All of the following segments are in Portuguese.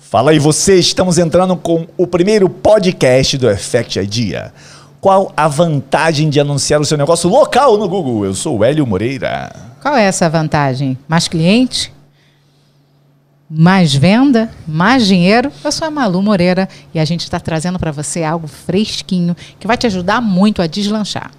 Fala aí você, estamos entrando com o primeiro podcast do Effect Idea. Qual a vantagem de anunciar o seu negócio local no Google? Eu sou o Hélio Moreira. Qual é essa vantagem? Mais cliente? Mais venda? Mais dinheiro? Eu sou a Malu Moreira e a gente está trazendo para você algo fresquinho que vai te ajudar muito a deslanchar.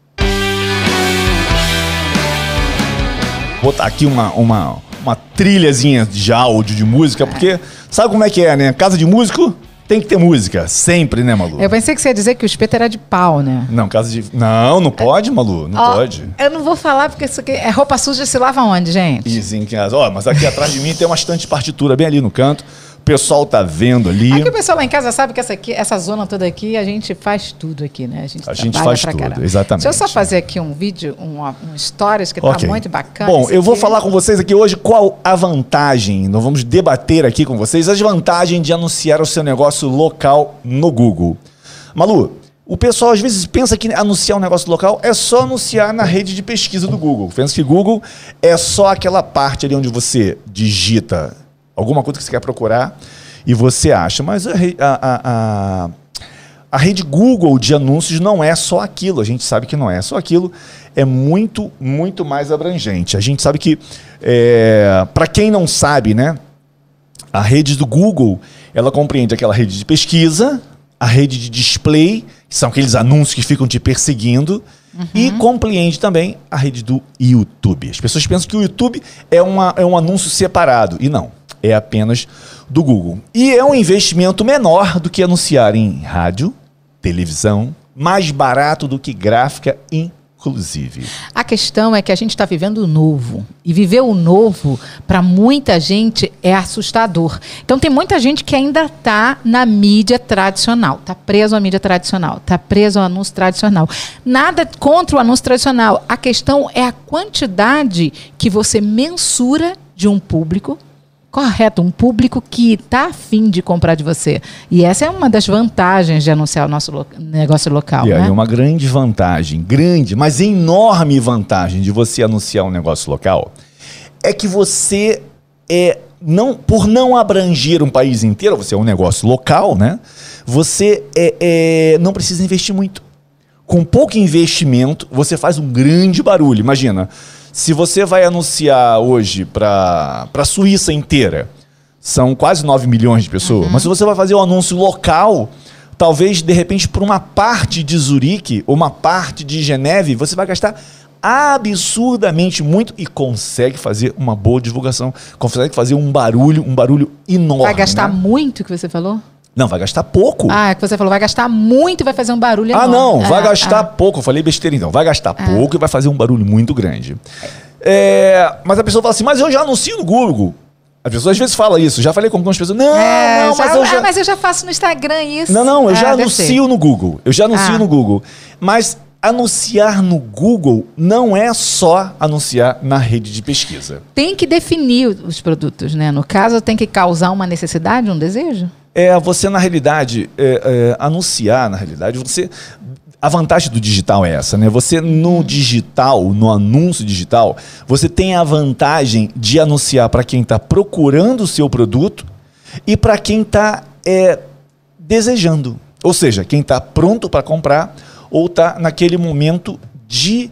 Vou botar aqui uma trilhazinha de áudio, de música, porque sabe como é que é, né? Casa de músico tem que ter música, sempre, né, Malu? Eu pensei que você ia dizer que o espeto era de pau, né? Não, casa de... Não pode, Malu, não pode. Eu não vou falar porque isso aqui é roupa suja, se lava onde, gente? Isso, em casa. Ó, mas aqui atrás de mim tem uma estante de partitura bem ali no canto. O pessoal tá vendo ali. Aqui o pessoal lá em casa sabe que essa zona toda aqui, a gente faz tudo aqui, né? A gente faz tudo, caramba. Exatamente. Deixa eu só fazer aqui um vídeo, um stories que tá muito bacana. Bom, eu vou falar com vocês aqui hoje qual a vantagem, nós vamos debater aqui com vocês as vantagens de anunciar o seu negócio local no Google. Malu, o pessoal às vezes pensa que anunciar um negócio local é só anunciar na rede de pesquisa do Google. Pensa que Google é só aquela parte ali onde você digita alguma coisa que você quer procurar e você acha. Mas a rede Google de anúncios não é só aquilo. A gente sabe que não é só aquilo. É muito, muito mais abrangente. A gente sabe que, para quem não sabe, né, a rede do Google, ela compreende aquela rede de pesquisa, a rede de display, que são aqueles anúncios que ficam te perseguindo, e compreende também a rede do YouTube. As pessoas pensam que o YouTube é um anúncio separado. E não. É apenas do Google. E é um investimento menor do que anunciar em rádio, televisão, mais barato do que gráfica, inclusive. A questão é que a gente está vivendo o novo. E viver o novo, para muita gente, é assustador. Então, tem muita gente que ainda está na mídia tradicional. Está preso à mídia tradicional. Está preso ao anúncio tradicional. Nada contra o anúncio tradicional. A questão é a quantidade que você mensura de um público. Correto, um público que está afim de comprar de você. E essa é uma das vantagens de anunciar o nosso negócio local. E aí, né? uma grande vantagem, mas enorme vantagem de você anunciar um negócio local é que você, por não abranger um país inteiro, você é um negócio local, né? Você não precisa investir muito. Com pouco investimento, você faz um grande barulho. Imagina, se você vai anunciar hoje para a Suíça inteira, são quase 9 milhões de pessoas, mas se você vai fazer um anúncio local, talvez, de repente, por uma parte de Zurique ou uma parte de Geneve, você vai gastar absurdamente muito e consegue fazer uma boa divulgação, consegue fazer um barulho enorme. Vai gastar, né? Muito, que você falou? Não, vai gastar pouco. Que você falou, vai gastar muito e vai fazer um barulho enorme. Não, vai gastar pouco. Eu falei besteira então. Vai gastar pouco e vai fazer um barulho muito grande. Mas a pessoa fala assim, mas eu já anuncio no Google. As pessoas às vezes falam isso. Já falei com algumas pessoas. Mas eu já faço no Instagram isso. Não, eu já anuncio no Google. Eu já anuncio no Google. Mas anunciar no Google não é só anunciar na rede de pesquisa. Tem que definir os produtos, né? No caso, tem que causar uma necessidade, um desejo? Você, na realidade, anunciar, na realidade, a vantagem do digital é essa, né? Você, no digital, no anúncio digital, você tem a vantagem de anunciar para quem está procurando o seu produto e para quem está desejando. Ou seja, quem está pronto para comprar ou está naquele momento de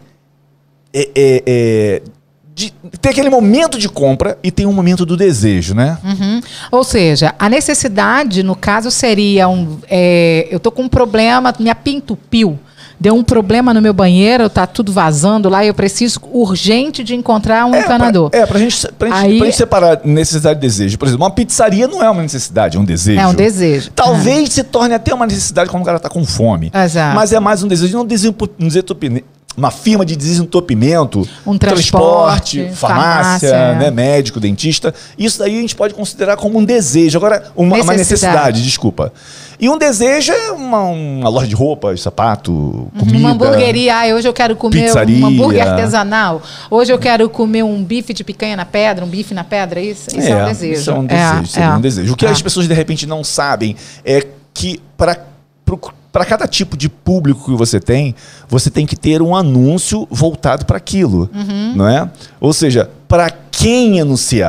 ter aquele momento de compra e tem um momento do desejo, né? Ou seja, a necessidade, no caso, seria eu tô com um problema, minha pia entupiu, deu um problema no meu banheiro, tá tudo vazando lá, eu preciso urgente de encontrar um encanador. Pra gente separar necessidade e desejo. Por exemplo, uma pizzaria não é uma necessidade, é um desejo. É um desejo. Talvez se torne até uma necessidade quando o cara tá com fome. Exato. Mas é mais um desejo, não desentupimento. Uma firma de desentupimento, um transporte, farmácia, né, médico, dentista. Isso daí a gente pode considerar como um desejo. Agora, uma necessidade, desculpa. E um desejo é uma loja de roupas, sapato, comida. Uma hamburgueria. Hoje eu quero comer um hambúrguer artesanal. Hoje eu quero comer um bife de picanha na pedra, um bife na pedra. Isso é um desejo. Isso é um desejo. Seria um desejo. O que as pessoas, de repente, não sabem é que para cada tipo de público que você tem que ter um anúncio voltado para aquilo, não é? Ou seja, para quem anunciar?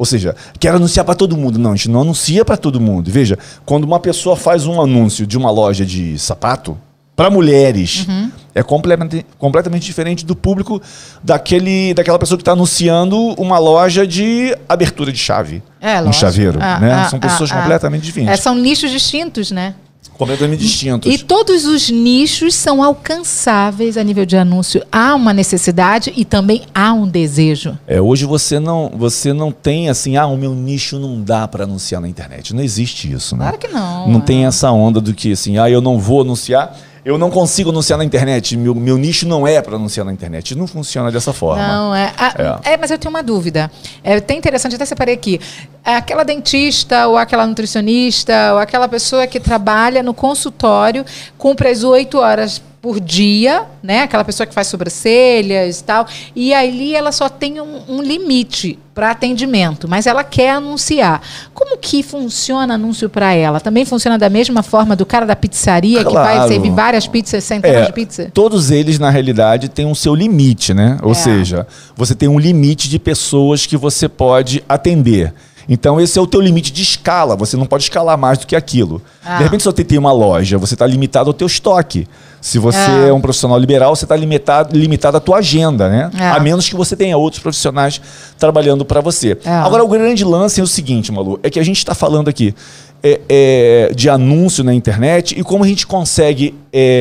Ou seja, quero anunciar para todo mundo. Não, a gente não anuncia para todo mundo. Veja, quando uma pessoa faz um anúncio de uma loja de sapato, para mulheres, é completamente diferente do público daquela pessoa que está anunciando uma loja de abertura de chave. Um chaveiro. Né? São pessoas completamente diferentes. São nichos distintos, né? Completamente distintos. E todos os nichos são alcançáveis a nível de anúncio. Há uma necessidade e também há um desejo. Hoje você não tem assim, o meu nicho não dá para anunciar na internet. Não existe isso, né? Claro que não. Não tem essa onda do que assim, eu não vou anunciar, eu não consigo anunciar na internet, meu nicho não é para anunciar na internet. Não funciona dessa forma. Não, mas eu tenho uma dúvida. É até interessante, até separei aqui. Aquela dentista, ou aquela nutricionista, ou aquela pessoa que trabalha no consultório, cumpre as 8 horas por dia, né? Aquela pessoa que faz sobrancelhas e tal. E ali ela só tem um limite para atendimento, mas ela quer anunciar. Como que funciona anúncio para ela? Também funciona da mesma forma do cara da pizzaria, que vai servir várias pizzas, centenas de pizzas? Todos eles, na realidade, têm um seu limite, né? Ou seja, você tem um limite de pessoas que você pode atender. Então, esse é o teu limite de escala. Você não pode escalar mais do que aquilo. De repente, se você tem uma loja, você está limitado ao teu estoque. Se você é um profissional liberal, você está limitado à tua agenda, né? A menos que você tenha outros profissionais trabalhando para você. Agora, o grande lance é o seguinte, Malu, é que a gente está falando aqui de anúncio na internet e como a gente consegue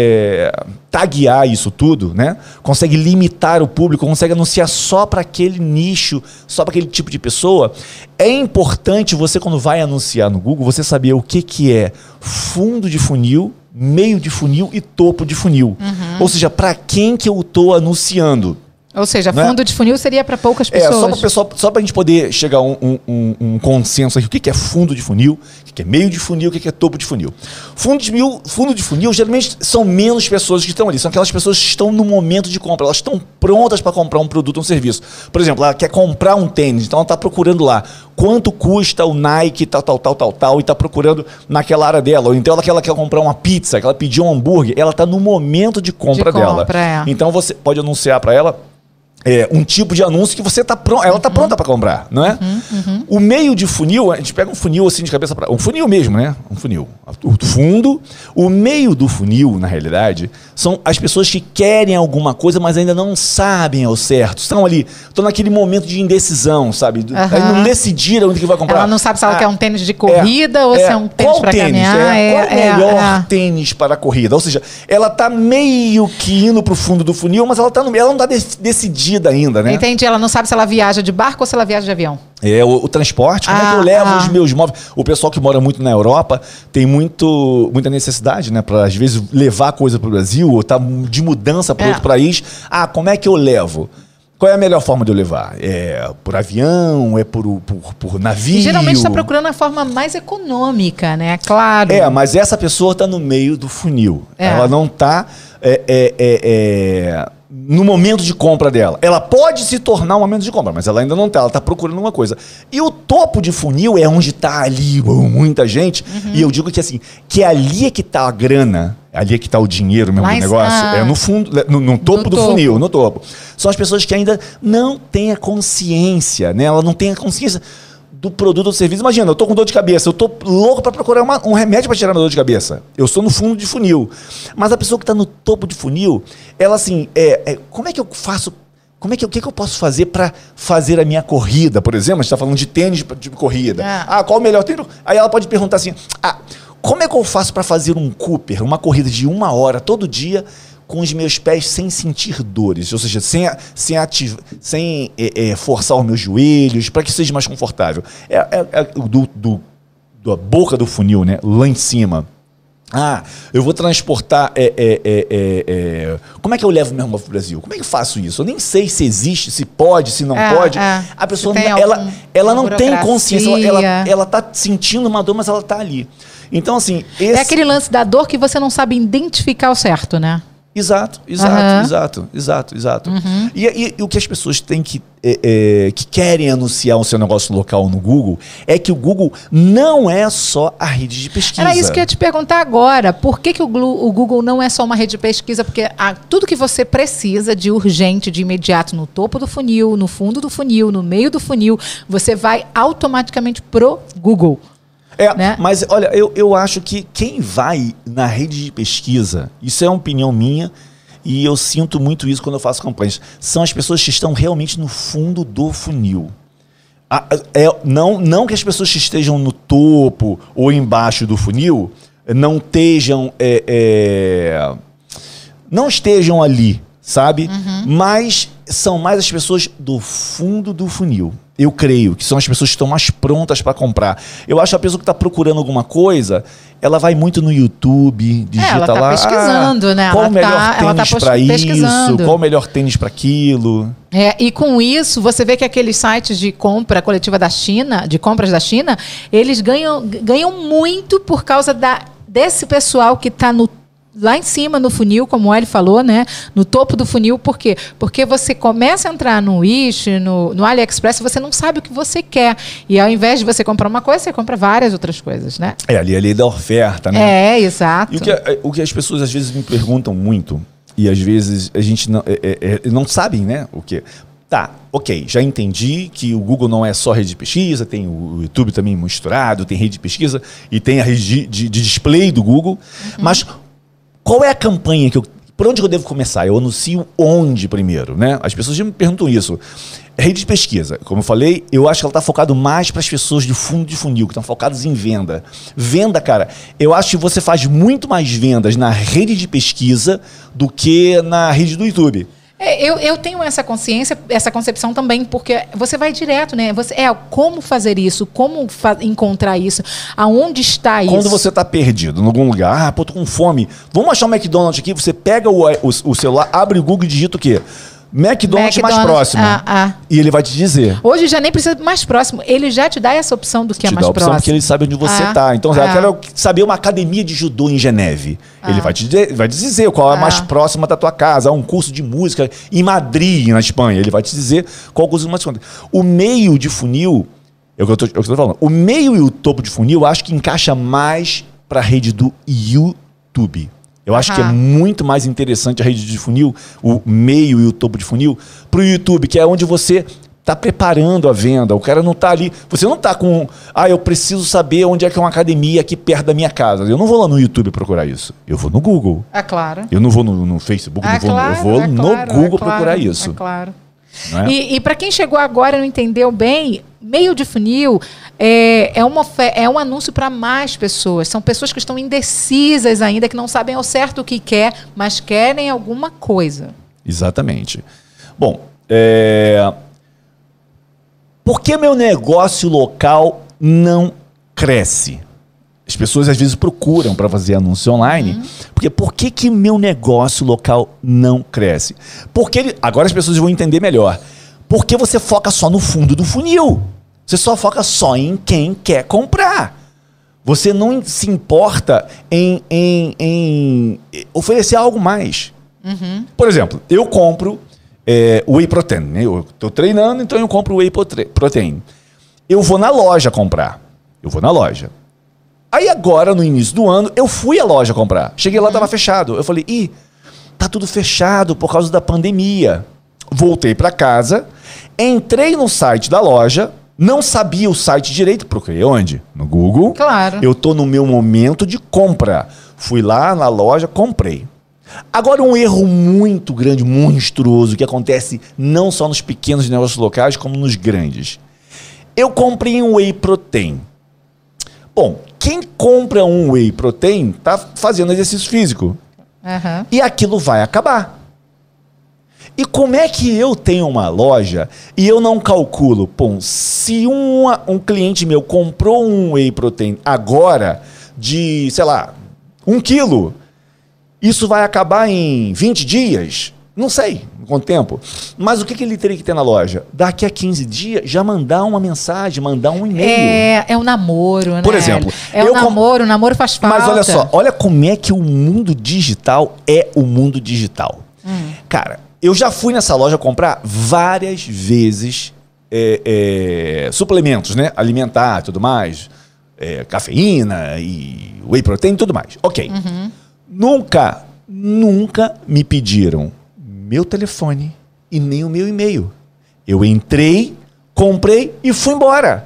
taguear isso tudo, né? Consegue limitar o público, consegue anunciar só para aquele nicho, só para aquele tipo de pessoa. É importante você, quando vai anunciar no Google, você saber o que é fundo de funil, meio de funil e topo de funil. Ou seja, para quem que eu estou anunciando. Ou seja, fundo de funil seria para poucas pessoas. Só para a gente poder chegar a um consenso aqui. O que é fundo de funil, o que é meio de funil, o que é topo de funil. Fundo de funil, geralmente são menos pessoas que estão ali. São aquelas pessoas que estão no momento de compra. Elas estão prontas para comprar um produto ou um serviço. Por exemplo, ela quer comprar um tênis, então ela está procurando lá quanto custa o Nike, tal, e está procurando naquela área dela. Ou então ela quer comprar uma pizza, que ela pediu um hambúrguer, ela está no momento de compra dela. Então você pode anunciar para ela um tipo de anúncio que você ela está pronta para comprar, não é? O meio de funil, a gente pega um funil assim de cabeça para... Um funil mesmo, né? Um funil. O fundo, o meio do funil, na realidade, são as pessoas que querem alguma coisa, mas ainda não sabem ao certo. Estão ali, estão naquele momento de indecisão, sabe? Não decidiram onde que vai comprar. Ela não sabe se ela quer um tênis de corrida ou se é um tênis para caminhar. Qual o melhor tênis para a corrida? Ou seja, ela está meio que indo para o fundo do funil, mas ela não está decidida ainda, né? Entendi, ela não sabe se ela viaja de barco ou se ela viaja de avião. O transporte, como é que eu levo os meus móveis? O pessoal que mora muito na Europa tem muita necessidade, né? Para, às vezes, levar coisa para o Brasil ou tá de mudança para outro país. Como é que eu levo? Qual é a melhor forma de eu levar? É por avião? É por navio? E geralmente está procurando a forma mais econômica, né? Claro. Mas essa pessoa está no meio do funil. Ela não está... no momento de compra dela. Ela pode se tornar um momento de compra, mas ela ainda não está. Ela está procurando uma coisa. E o topo de funil é onde está ali muita gente. E eu digo que assim, que ali é que está a grana, ali é que está o dinheiro mesmo do negócio. É no fundo, no topo do funil, no topo. São as pessoas que ainda não têm a consciência, né? Ela não tem a consciência do produto ou do serviço. Imagina, eu tô com dor de cabeça, eu tô louco para procurar um remédio para tirar minha dor de cabeça. Eu estou no fundo de funil. Mas a pessoa que está no topo de funil, ela assim, como é que eu faço? O que eu posso fazer para fazer a minha corrida? Por exemplo, a gente está falando de tênis de corrida. Qual o melhor tênis? Aí ela pode perguntar assim, como é que eu faço para fazer um Cooper, uma corrida de 1 hora todo dia, com os meus pés sem sentir dores, ou seja, sem forçar os meus joelhos, para que seja mais confortável. Da boca do funil, né? Lá em cima. Eu vou transportar... Como é que eu levo meu irmão para o Brasil? Como é que eu faço isso? Eu nem sei se existe, se pode, se não pode. A pessoa ela não tem consciência, ela está sentindo uma dor, mas ela está ali. Então, assim... É aquele lance da dor que você não sabe identificar o certo, né? Exato. E o que as pessoas têm que querem anunciar o seu negócio local no Google é que o Google não é só a rede de pesquisa. Era isso que eu ia te perguntar agora. Por que o Google não é só uma rede de pesquisa? Porque tudo que você precisa de urgente, de imediato, no topo do funil, no fundo do funil, no meio do funil, você vai automaticamente pro Google. Né? Mas olha, eu acho que quem vai na rede de pesquisa, isso é uma opinião minha, e eu sinto muito isso quando eu faço campanhas, são as pessoas que estão realmente no fundo do funil. Não que as pessoas que estejam no topo ou embaixo do funil não estejam ali, sabe? Mas são mais as pessoas do fundo do funil. Eu creio que são as pessoas que estão mais prontas para comprar. Eu acho que a pessoa que está procurando alguma coisa, ela vai muito no YouTube, digita ela tá lá. Pesquisando, né? Qual o melhor tênis para isso? Qual o melhor tênis para aquilo? E com isso, você vê que aqueles sites de compra coletiva da China, de compras da China, eles ganham muito por causa desse pessoal que está lá em cima no funil, como o Eli falou, né? No topo do funil. Por quê? Porque você começa a entrar no Wish, no AliExpress, você não sabe o que você quer. E ao invés de você comprar uma coisa, você compra várias outras coisas, né? Ali a lei da oferta, né? Exato. E o que as pessoas às vezes me perguntam muito, e às vezes a gente não sabem, né? O quê? Tá, ok, já entendi que o Google não é só rede de pesquisa, tem o YouTube também misturado, tem rede de pesquisa e tem a rede de display do Google, mas qual é a campanha por onde eu devo começar? Eu anuncio onde primeiro, né? As pessoas já me perguntam isso. Rede de pesquisa, como eu falei, eu acho que ela está focada mais para as pessoas de fundo de funil, que estão focadas em venda. Venda, cara, eu acho que você faz muito mais vendas na rede de pesquisa do que na rede do YouTube. Eu tenho essa consciência, essa concepção também, porque você vai direto, né? Como fazer isso, como encontrar isso, aonde está isso. Quando você está perdido em algum lugar, tô com fome, vamos achar um McDonald's aqui, você pega o celular, abre o Google e digita o quê? McDonald's mais próximo. E ele vai te dizer. Hoje já nem precisa mais próximo. Ele já te dá essa opção do que é mais próximo. Te dá a opção porque ele sabe onde você está. Então, eu quero saber uma academia de judô em Geneve. Ele vai te dizer qual é a mais próxima da tua casa. Um curso de música em Madrid, na Espanha. Ele vai te dizer qual curso mais próximo. O meio de funil, é o que eu estou falando. O meio e o topo de funil, eu acho que encaixa mais para a rede do YouTube. Eu acho que é muito mais interessante a rede de funil, o meio e o topo de funil, para o YouTube, que é onde você está preparando a venda. O cara não está ali. Você não está com. Eu preciso saber onde é que é uma academia aqui perto da minha casa. Eu não vou lá no YouTube procurar isso. Eu vou no Google. É claro. Eu não vou no Facebook, eu vou no Google procurar isso. É claro. E para quem chegou agora e não entendeu bem, meio de funil é um anúncio para mais pessoas. São pessoas que estão indecisas ainda, que não sabem ao certo o que quer, mas querem alguma coisa. Exatamente. Bom, por que meu negócio local não cresce? As pessoas às vezes procuram para fazer anúncio online, porque por que meu negócio local não cresce? Porque agora as pessoas vão entender melhor. Porque você foca só no fundo do funil. Você só foca só em quem quer comprar. Você não se importa em oferecer algo mais. Por exemplo, eu compro whey protein. Né? Eu estou treinando, então eu compro whey protein. Eu vou na loja comprar. Aí agora, no início do ano, eu fui à loja comprar. Cheguei lá, estava fechado. Eu falei, tá tudo fechado por causa da pandemia. Voltei para casa, entrei no site da loja, não sabia o site direito, procurei onde? No Google. Claro. Eu tô no meu momento de compra. Fui lá na loja, comprei. Agora, um erro muito grande, monstruoso, que acontece não só nos pequenos negócios locais, como nos grandes. Eu comprei um whey protein. Bom, quem compra um whey protein está fazendo exercício físico. E aquilo vai acabar. E como é que eu tenho uma loja e eu não calculo, se um cliente meu comprou um whey protein agora de, sei lá, 1 quilo, isso vai acabar em 20 dias? Não sei quanto tempo. Mas o que ele teria que ter na loja? Daqui a 15 dias, já mandar uma mensagem, mandar um e-mail. É um namoro, né? Por exemplo. É um namoro, o namoro faz falta. Mas olha só, olha como é que o mundo digital é o mundo digital. Cara, eu já fui nessa loja comprar várias vezes suplementos, né? Alimentar e tudo mais. Cafeína e whey protein e tudo mais. Ok. Nunca me pediram meu telefone e nem o meu e-mail. Eu entrei, comprei e fui embora.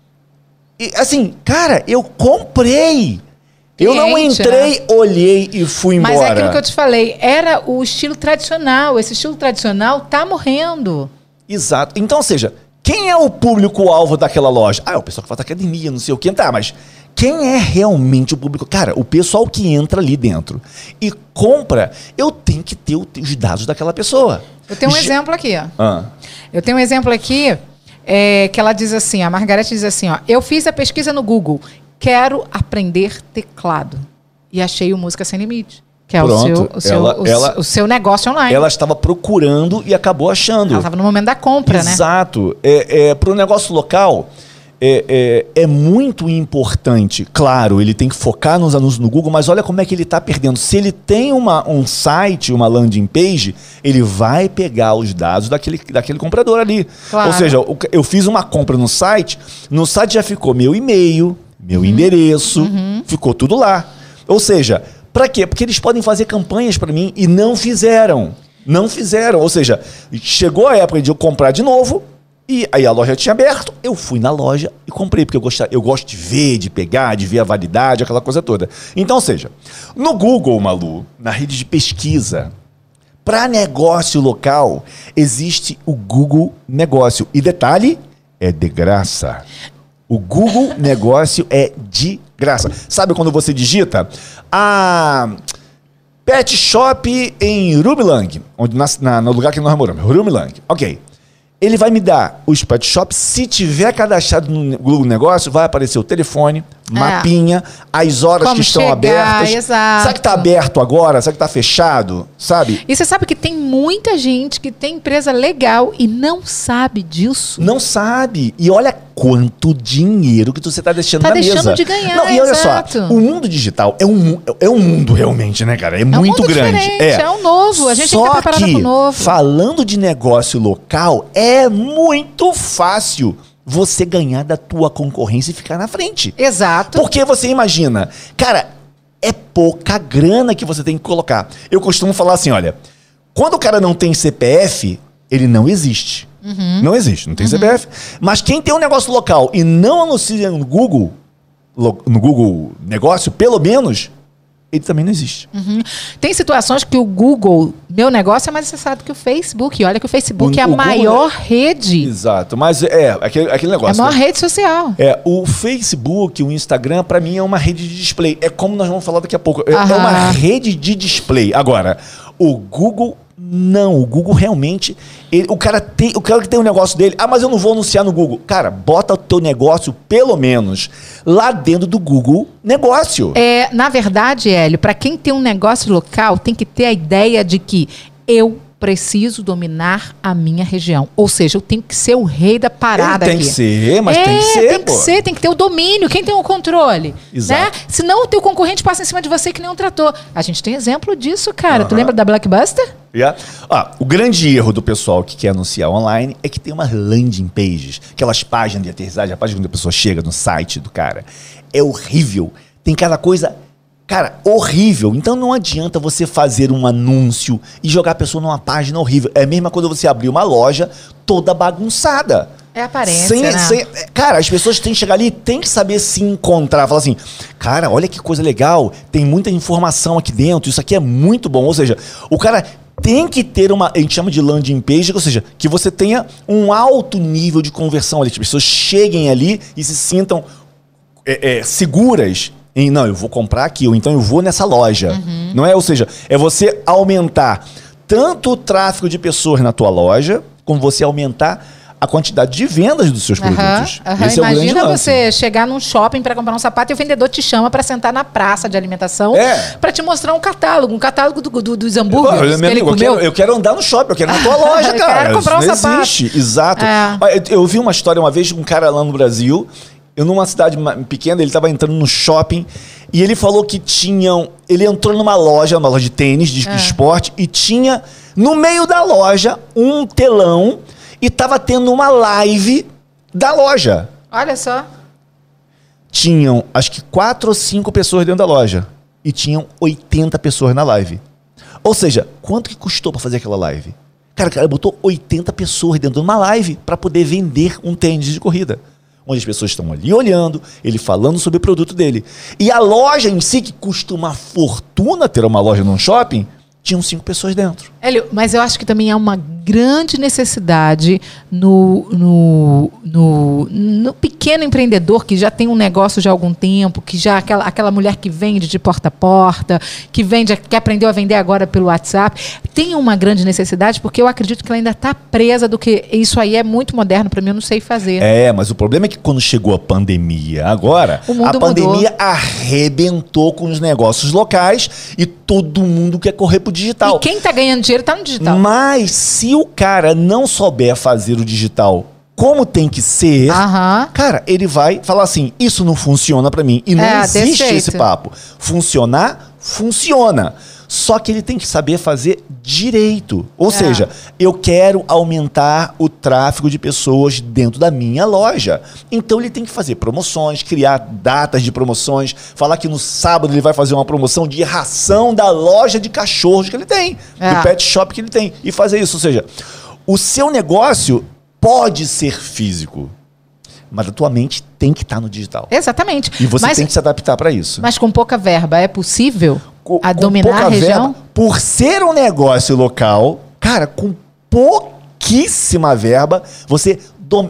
E assim, cara, eu comprei. Eu não entrei, olhei e fui embora. Mas é aquilo que eu te falei, era o estilo tradicional. Esse estilo tradicional tá morrendo. Exato. Então, ou seja, quem é o público-alvo daquela loja? Ah, é o pessoal que faz academia, não sei o que. Tá, mas quem é realmente o público? Cara, o pessoal que entra ali dentro e compra, eu tenho que ter os dados daquela pessoa. Eu tenho um exemplo aqui, ó. Eu tenho um exemplo aqui que ela diz assim, a Margarete diz assim, ó, eu fiz a pesquisa no Google, quero aprender teclado. E achei o Música Sem Limite, que é o seu negócio online. Ela estava procurando e acabou achando. Ela estava no momento da compra, né? Exato. Para o negócio local, é muito importante. Claro, ele tem que focar nos anúncios no Google, mas olha como é que ele está perdendo. Se ele tem um site, uma landing page, ele vai pegar os dados daquele comprador ali. Claro. Ou seja, eu fiz uma compra no site já ficou meu e-mail, meu endereço, ficou tudo lá. Ou seja, para quê? Porque eles podem fazer campanhas para mim e não fizeram. Não fizeram. Ou seja, chegou a época de eu comprar de novo, e aí a loja tinha aberto, eu fui na loja e comprei, porque eu gosto de ver, de pegar, de ver a validade, aquela coisa toda. Então, ou seja, no Google, Malu, na rede de pesquisa, para negócio local, existe o Google Negócio. E detalhe, é de graça. O Google Negócio é de graça. Sabe quando você digita Pet Shop em Rumelang, onde no lugar que nós moramos, Rumelang. Ok. Ele vai me dar os pet shops. Se tiver cadastrado no Google Negócio, vai aparecer o telefone, mapinha, as horas como que estão abertas. Exato. Será que está aberto agora? Será que está fechado? Sabe? E você sabe que tem muita gente que tem empresa legal e não sabe disso. Não sabe. E olha quanto dinheiro que você está deixando na mesa. Está deixando de ganhar, não, e olha só, o mundo digital é um mundo realmente, né, cara? É muito grande. É um novo. A gente tem que estar preparado para o novo. Falando de negócio local, é muito fácil você ganhar da tua concorrência e ficar na frente. Exato. Porque você imagina, cara, é pouca grana que você tem que colocar. Eu costumo falar assim, olha, quando o cara não tem CPF, ele não existe. Não existe, não tem CPF. Mas quem tem um negócio local e não anuncia no Google Negócio, pelo menos, ele também não existe. Tem situações que o Google, meu negócio, é mais acessado que o Facebook. E olha que o Facebook é a maior rede. Exato, mas aquele negócio. É a maior rede social. O Facebook, o Instagram, para mim é uma rede de display. É como nós vamos falar daqui a pouco. É uma rede de display. Agora, o Google não. O Google realmente... o cara que tem um negócio dele... Ah, mas eu não vou anunciar no Google. Cara, bota o teu negócio, pelo menos, lá dentro do Google Negócio. Na verdade, Hélio, para quem tem um negócio local, tem que ter a ideia de que eu preciso dominar a minha região. Ou seja, eu tenho que ser o rei da parada aqui. Tem que ser, mas tem que ser, tem que ter o domínio. Quem tem o controle? Exato. Né? Senão o teu concorrente passa em cima de você que nem um trator. A gente tem exemplo disso, cara. Tu lembra da Blockbuster? O grande erro do pessoal que quer anunciar online é que tem umas landing pages, aquelas páginas de aterrissagem, a página quando a pessoa chega no site do cara. É horrível. Tem cada coisa... Cara, horrível. Então não adianta você fazer um anúncio e jogar a pessoa numa página horrível. É a mesma coisa você abrir uma loja toda bagunçada. É aparência, né? Cara, as pessoas têm que chegar ali e têm que saber se encontrar. Falar assim, cara, olha que coisa legal. Tem muita informação aqui dentro. Isso aqui é muito bom. Ou seja, o cara tem que ter a gente chama de landing page, ou seja, que você tenha um alto nível de conversão ali. Que as pessoas cheguem ali e se sintam seguras. Não, eu vou comprar aqui, ou então eu vou nessa loja. Não é? Ou seja, é você aumentar tanto o tráfego de pessoas na tua loja, como você aumentar a quantidade de vendas dos seus produtos. Esse é o grande Imagina lance. você chegar num shopping para comprar um sapato e o vendedor te chama para sentar na praça de alimentação para te mostrar um catálogo dos hambúrgueres que ele comeu. Eu quero andar no shopping, eu quero ir na tua loja, cara. Quero comprar um Não sapato. existe. Exato. Eu vi uma história uma vez de um cara lá no Brasil, numa cidade pequena, ele estava entrando no shopping e ele falou que ele entrou numa loja de tênis, de esporte, e tinha no meio da loja um telão e estava tendo uma live da loja. Olha só. Tinham, acho que 4 ou 5 pessoas dentro da loja. E tinham 80 pessoas na live. Ou seja, quanto que custou para fazer aquela live? Cara, o cara botou 80 pessoas dentro de uma live para poder vender um tênis de corrida. Onde as pessoas estão ali olhando, ele falando sobre o produto dele. E a loja em si, que custa uma fortuna ter uma loja num shopping, tinham 5 pessoas dentro. Hélio, mas eu acho que também há uma grande necessidade no pequeno empreendedor que já tem um negócio já há algum tempo, que já aquela mulher que vende de porta a porta, que aprendeu a vender agora pelo WhatsApp, tem uma grande necessidade, porque eu acredito que ela ainda está presa do que isso aí é muito moderno para mim, eu não sei fazer. Mas o problema é que quando chegou a pandemia agora, a pandemia arrebentou com os negócios locais e todo mundo quer correr pro digital. E quem está ganhando dinheiro está no digital. Mas se o cara não souber fazer o digital como tem que ser, cara, ele vai falar assim, isso não funciona pra mim. E não existe esse papo. Funcionar, funciona. Só que ele tem que saber fazer direito. Ou seja, eu quero aumentar o tráfego de pessoas dentro da minha loja. Então ele tem que fazer promoções, criar datas de promoções, falar que no sábado ele vai fazer uma promoção de ração da loja de cachorros que ele tem, do pet shop que ele tem, e fazer isso. Ou seja, o seu negócio pode ser físico, mas a tua mente tem que estar no digital. Exatamente. E você tem que se adaptar para isso. Mas com pouca verba, é possível dominar a região? Verba, por ser um negócio local, cara, com pouquíssima verba, você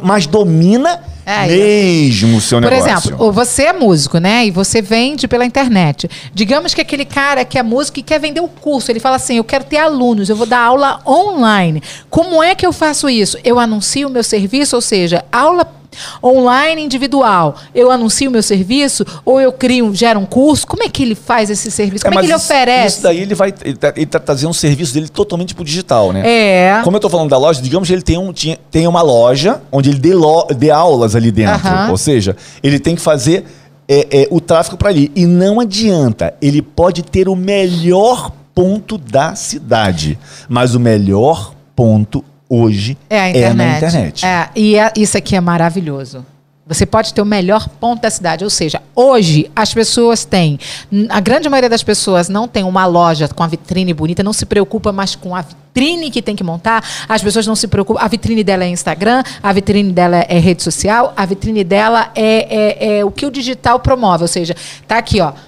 domina mesmo o seu negócio. Por exemplo, você é músico, né? E você vende pela internet. Digamos que aquele cara que é músico e quer vender o curso, ele fala assim, eu quero ter alunos, eu vou dar aula online. Como é que eu faço isso? Eu anuncio o meu serviço, ou seja, aula online individual, eu anuncio o meu serviço ou eu gero um curso? Como é que ele faz esse serviço? Como é que ele oferece? Isso daí ele tá trazendo um serviço dele totalmente pro digital, né? Como eu tô falando da loja, digamos que ele tem uma loja onde ele dê aulas ali dentro. Ou seja, ele tem que fazer o tráfego para ali. E não adianta, ele pode ter o melhor ponto da cidade, mas o melhor ponto hoje é na internet. Isso aqui é maravilhoso. Você pode ter o melhor ponto da cidade. Ou seja, hoje as pessoas têm... A grande maioria das pessoas não tem uma loja com a vitrine bonita, não se preocupa mais com a vitrine que tem que montar. As pessoas não se preocupam. A vitrine dela é Instagram, a vitrine dela é rede social, a vitrine dela é o que o digital promove. Ou seja, tá aqui, ó.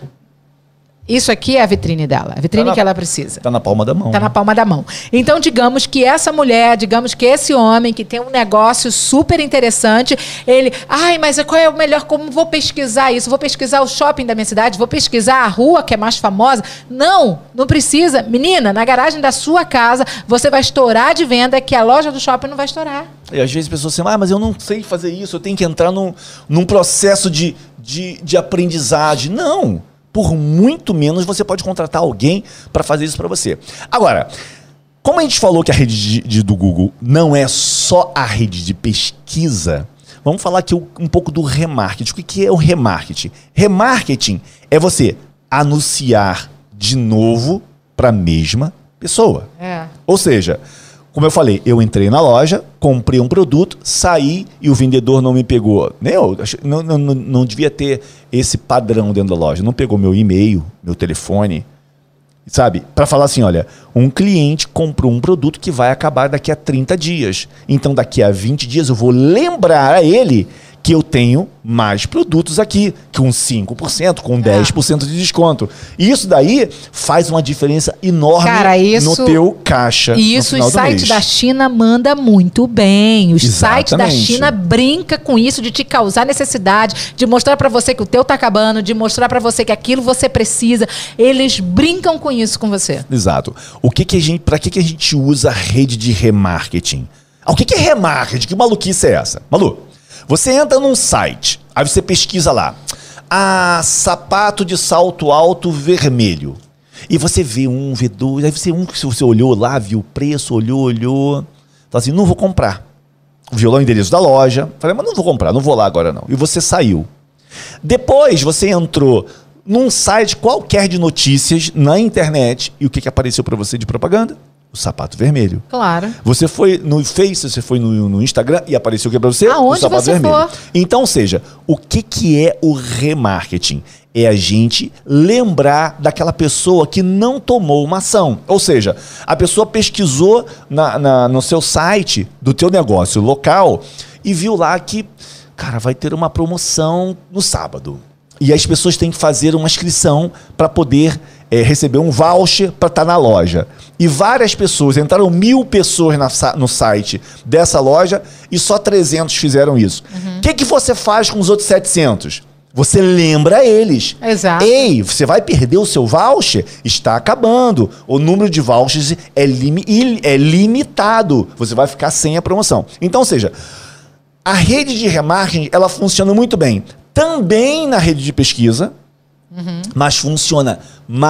Isso aqui é a vitrine dela, a vitrine que ela precisa. Tá na palma da mão. Tá na palma da mão. Então, digamos que essa mulher, digamos que esse homem que tem um negócio super interessante, ele... mas qual é o melhor? Como vou pesquisar isso? Vou pesquisar o shopping da minha cidade? Vou pesquisar a rua que é mais famosa? Não precisa. Menina, na garagem da sua casa, você vai estourar de venda que a loja do shopping não vai estourar. E às vezes as pessoas dizem, mas eu não sei fazer isso, eu tenho que entrar num processo de aprendizagem. Não. Por muito menos você pode contratar alguém para fazer isso para você. Agora, como a gente falou que a rede do Google não é só a rede de pesquisa, vamos falar aqui um pouco do remarketing. O que é o remarketing? Remarketing é você anunciar de novo para a mesma pessoa. Ou seja, como eu falei, eu entrei na loja, comprei um produto, saí e o vendedor não me pegou. Não devia ter esse padrão dentro da loja. Não pegou meu e-mail, meu telefone, sabe? Para falar assim, olha, um cliente comprou um produto que vai acabar daqui a 30 dias. Então daqui a 20 dias eu vou lembrar a ele que eu tenho mais produtos aqui, com 5%, com 10% de desconto. E isso daí faz uma diferença enorme no teu caixa. E isso os sites da China manda muito bem. Os sites da China brinca com isso, de te causar necessidade, de mostrar para você que o teu tá acabando, de mostrar para você que aquilo você precisa. Eles brincam com isso com você. Exato. Para que a gente usa a rede de remarketing? O que é remarketing? Que maluquice é essa? Malu, você entra num site, aí você pesquisa lá, sapato de salto alto vermelho. E você vê um, vê dois, aí você olhou lá, viu o preço, olhou, fala assim, não vou comprar. Viu lá o endereço da loja, falei, mas não vou comprar, não vou lá agora não. E você saiu. Depois você entrou num site qualquer de notícias na internet, e o que apareceu para você de propaganda? O sapato vermelho. Claro. Você foi no Face, você foi no Instagram e apareceu o que para você? Aonde o sapato você vermelho. for. Então, ou seja, o que é o remarketing? É a gente lembrar daquela pessoa que não tomou uma ação. Ou seja, a pessoa pesquisou no seu site do teu negócio local e viu lá que, cara, vai ter uma promoção no sábado. E as pessoas têm que fazer uma inscrição para poder receber um voucher para estar na loja. E várias pessoas, entraram 1.000 pessoas no site dessa loja e só 300 fizeram isso. O que você faz com os outros 700? Você lembra eles. Exato. Ei, você vai perder o seu voucher? Está acabando. O número de vouchers é limitado. Você vai ficar sem a promoção. Então, ou seja, a rede de remarketing, ela funciona muito bem. Também na rede de pesquisa, mas funciona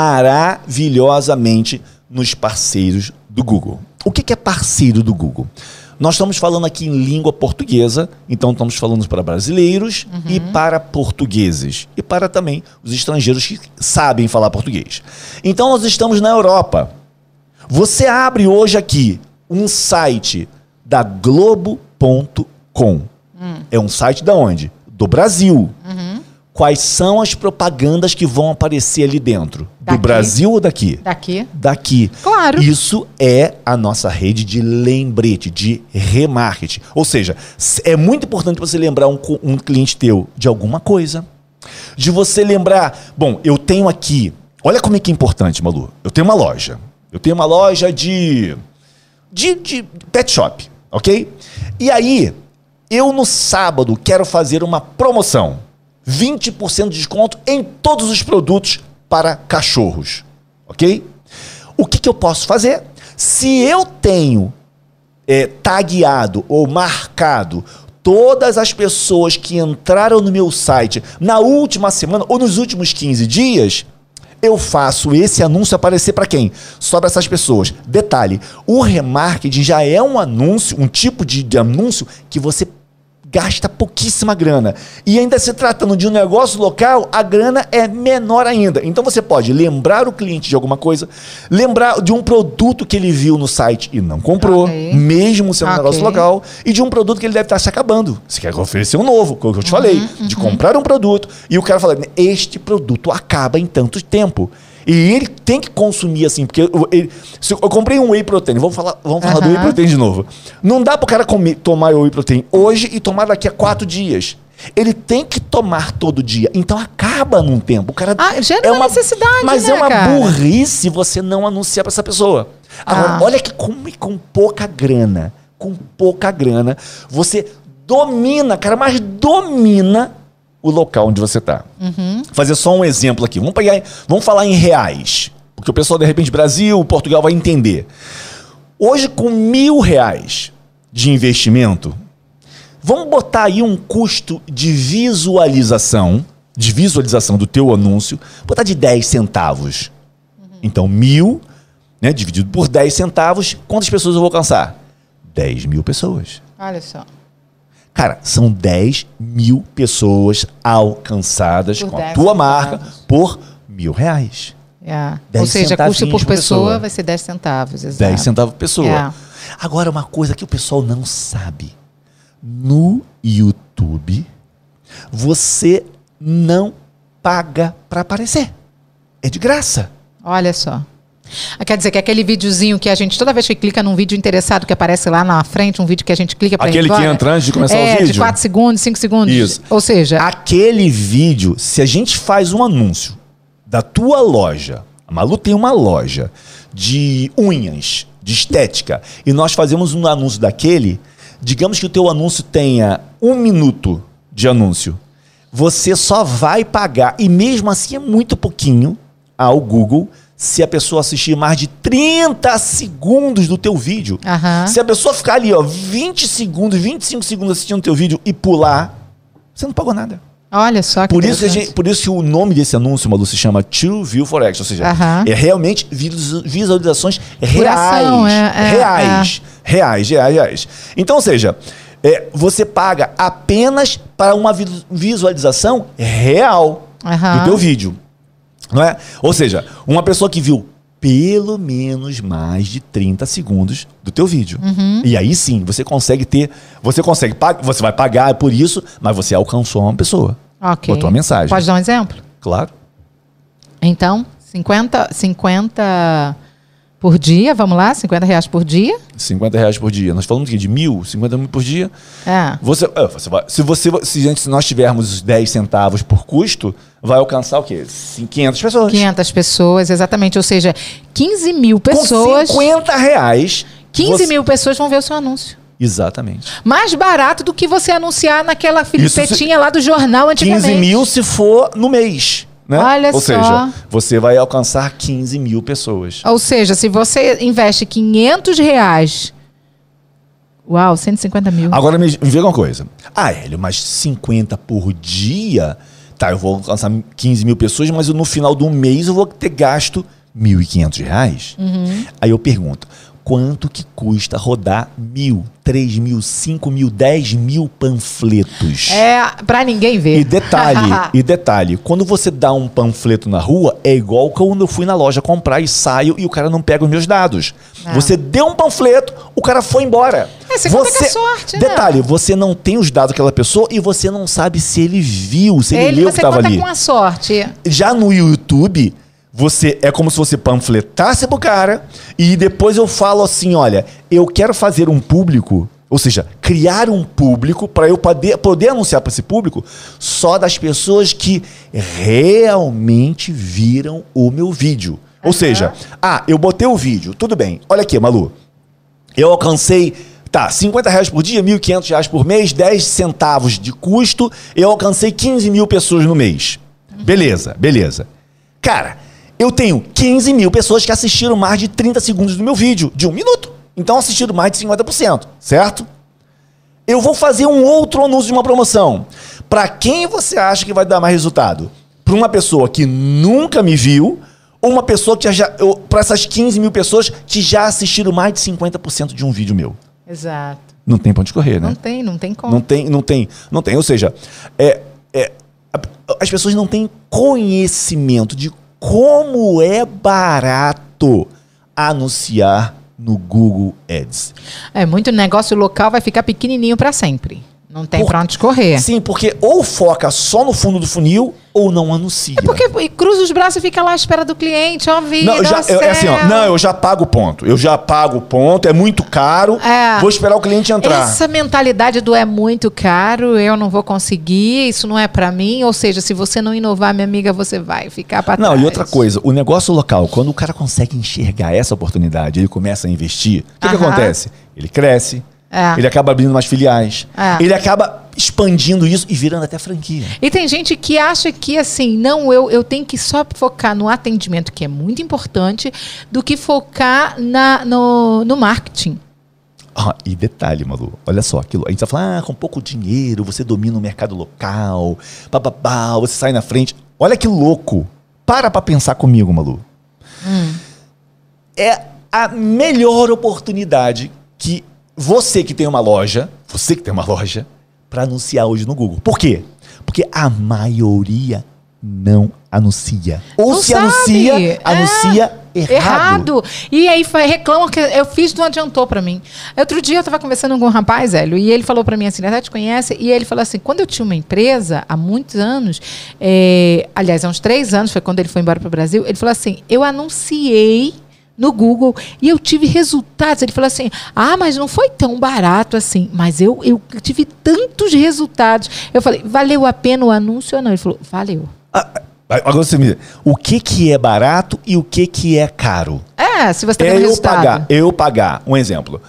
maravilhosamente nos parceiros do Google. O que é parceiro do Google? Nós estamos falando aqui em língua portuguesa, então estamos falando para brasileiros e para portugueses. E para também os estrangeiros que sabem falar português. Então nós estamos na Europa. Você abre hoje aqui um site da Globo.com. É um site da onde? Do Brasil. Quais são as propagandas que vão aparecer ali dentro? Daqui? Do Brasil ou daqui? Daqui. Daqui. Claro. Isso é a nossa rede de lembrete, de remarketing. Ou seja, é muito importante você lembrar um cliente teu de alguma coisa. De você lembrar, bom, eu tenho aqui, olha como é que é importante, Malu. Eu tenho uma loja. Eu tenho uma loja de pet shop, ok? E aí, eu no sábado quero fazer uma promoção. 20% de desconto em todos os produtos para cachorros, ok? O que eu posso fazer? Se eu tenho tagueado ou marcado todas as pessoas que entraram no meu site na última semana ou nos últimos 15 dias, eu faço esse anúncio aparecer para quem? Só para essas pessoas. Detalhe, o remarketing já é um anúncio, um tipo de anúncio que você gasta pouquíssima grana. E ainda se tratando de um negócio local, a grana é menor ainda. Então você pode lembrar o cliente de alguma coisa, lembrar de um produto que ele viu no site e não comprou, mesmo sendo um negócio local, e de um produto que ele deve estar se acabando. Você quer oferecer um novo, como eu te falei, de comprar um produto, e o cara fala, este produto acaba em tanto tempo. E ele tem que consumir assim, porque eu comprei um whey protein, vamos falar do whey protein de novo. Não dá pro cara tomar o whey protein hoje e tomar daqui a 4 dias. Ele tem que tomar todo dia, então acaba num tempo. O cara gera uma necessidade, mas né, é uma cara? burrice você não anunciar para essa pessoa. Agora, olha que com pouca grana, você domina, cara, mas domina o local onde você está. Fazer só um exemplo aqui. Vamos falar em reais. Porque o pessoal, de repente, Brasil, Portugal vai entender. Hoje, com R$1.000 de investimento, vamos botar aí um custo de visualização do teu anúncio, botar de 10 centavos. Então, 1.000, né, dividido por 10 centavos, quantas pessoas eu vou alcançar? 10.000 pessoas. Olha só. Cara, são 10.000 pessoas alcançadas com a tua centavos. marca por R$1.000. Ou seja, custo por pessoa vai ser 10 centavos. Exato. 10 centavos por pessoa. Agora, uma coisa que o pessoal não sabe. No YouTube, você não paga para aparecer. É de graça. Olha só. Quer dizer que aquele videozinho que a gente, toda vez que clica num vídeo interessado que aparece lá na frente, um vídeo que a gente clica para aquele que entra antes de começar o vídeo? De 4 segundos, 5 segundos. Isso. Ou seja, aquele vídeo, se a gente faz um anúncio da tua loja, a Malu tem uma loja de unhas, de estética, e nós fazemos um anúncio daquele, digamos que o teu anúncio tenha 1 minuto de anúncio, você só vai pagar, e mesmo assim é muito pouquinho, ao Google, se a pessoa assistir mais de 30 segundos do teu vídeo. Se a pessoa ficar ali, ó, 20 segundos, 25 segundos assistindo o teu vídeo e pular, você não pagou nada. Olha só que por isso que o nome desse anúncio, Malu, se chama To View for Action, ou seja, é realmente visualizações reais. Reais. Então, ou seja, você paga apenas para uma visualização real do teu vídeo. Não é? Ou seja, uma pessoa que viu pelo menos mais de 30 segundos do teu vídeo. E aí sim, você vai pagar por isso, mas você alcançou uma pessoa. Botou uma mensagem. Pode dar um exemplo? Claro. Então, 50 por dia, vamos lá, R$50 por dia. R$50 por dia. Nós falamos aqui de 50 mil por dia. Se nós tivermos os 10 centavos por custo, vai alcançar o quê? 500 pessoas. 500 pessoas, exatamente. Ou seja, 15 mil pessoas. Com R$50. 15 mil pessoas vão ver o seu anúncio. Exatamente. Mais barato do que você anunciar naquela filipetinha lá do jornal antigamente. 15 mil se for no mês. Né? Olha Ou seja, você vai alcançar 15 mil pessoas. Ou seja, se você investe R$500, uau, 150 mil. Agora me vê uma coisa. Hélio, mas 50 por dia? Tá, eu vou alcançar 15 mil pessoas, mas no final do mês eu vou ter gasto R$1.500. Aí eu pergunto, quanto que custa rodar 1.000, 3.000, 5.000, 10.000 panfletos? Pra ninguém ver. E detalhe, quando você dá um panfleto na rua, é igual quando eu fui na loja comprar e saio e o cara não pega os meus dados. Você deu um panfleto, o cara foi embora. Você conta com a sorte, né? Detalhe, você não tem os dados daquela pessoa e você não sabe se ele viu, se ele leu o que estava ali. Você conta com a sorte. Já no YouTube, é como se você panfletasse pro cara e depois eu falo assim, olha, eu quero fazer um público, ou seja, criar um público para eu poder anunciar para esse público só das pessoas que realmente viram o meu vídeo. Ou seja, eu botei o vídeo, tudo bem, olha aqui, Malu, eu alcancei, R$50 por dia, R$1.500 por mês, 10 centavos de custo, eu alcancei 15 mil pessoas no mês. Beleza. Cara, eu tenho 15 mil pessoas que assistiram mais de 30 segundos do meu vídeo, de 1 minuto. Então assistiram mais de 50%, certo? Eu vou fazer um outro anúncio de uma promoção. Para quem você acha que vai dar mais resultado? Para uma pessoa que nunca me viu ou uma pessoa que para essas 15 mil pessoas que já assistiram mais de 50% de um vídeo meu? Exato. Não tem pra onde correr, né? Não tem como. Não tem. Ou seja, as pessoas não têm conhecimento de como é barato anunciar no Google Ads. Muito negócio local vai ficar pequenininho para sempre. Não tem pra onde correr. Sim, porque ou foca só no fundo do funil ou não anuncia. Porque cruza os braços e fica lá à espera do cliente, ó, vida. Eu já pago o ponto. É muito caro, vou esperar o cliente entrar. Essa mentalidade do é muito caro, eu não vou conseguir, isso não é pra mim. Ou seja, se você não inovar, minha amiga, você vai ficar pra trás. Não, e outra coisa, o negócio local, quando o cara consegue enxergar essa oportunidade, ele começa a investir, o que acontece? Ele cresce. Ele acaba abrindo mais filiais. Ele acaba expandindo isso e virando até franquia. E tem gente que acha que assim, não, eu tenho que só focar no atendimento, que é muito importante, do que focar no marketing. E detalhe, Malu, olha só, aquilo, a gente vai falar, com pouco dinheiro, você domina o mercado local, você sai na frente. Olha que louco. Para pensar comigo, Malu. É a melhor oportunidade que você que tem uma loja, para anunciar hoje no Google. Por quê? Porque a maioria não anuncia. Ou não se sabe. anuncia errado. E aí reclama que eu fiz, não adiantou pra mim. Outro dia eu tava conversando com um rapaz, Hélio, e ele falou pra mim assim, até te conhece, e ele falou assim, quando eu tinha uma empresa, há muitos anos, aliás, há uns 3 anos, foi quando ele foi embora pro Brasil, ele falou assim, eu anunciei no Google e eu tive resultados. Ele falou assim, mas não foi tão barato assim, mas eu tive tantos resultados. Eu falei, valeu a pena o anúncio ou não? Ele falou, valeu. Agora você me diz, o que é barato e o que é caro? Se você tem resultado. Eu pagar, um exemplo,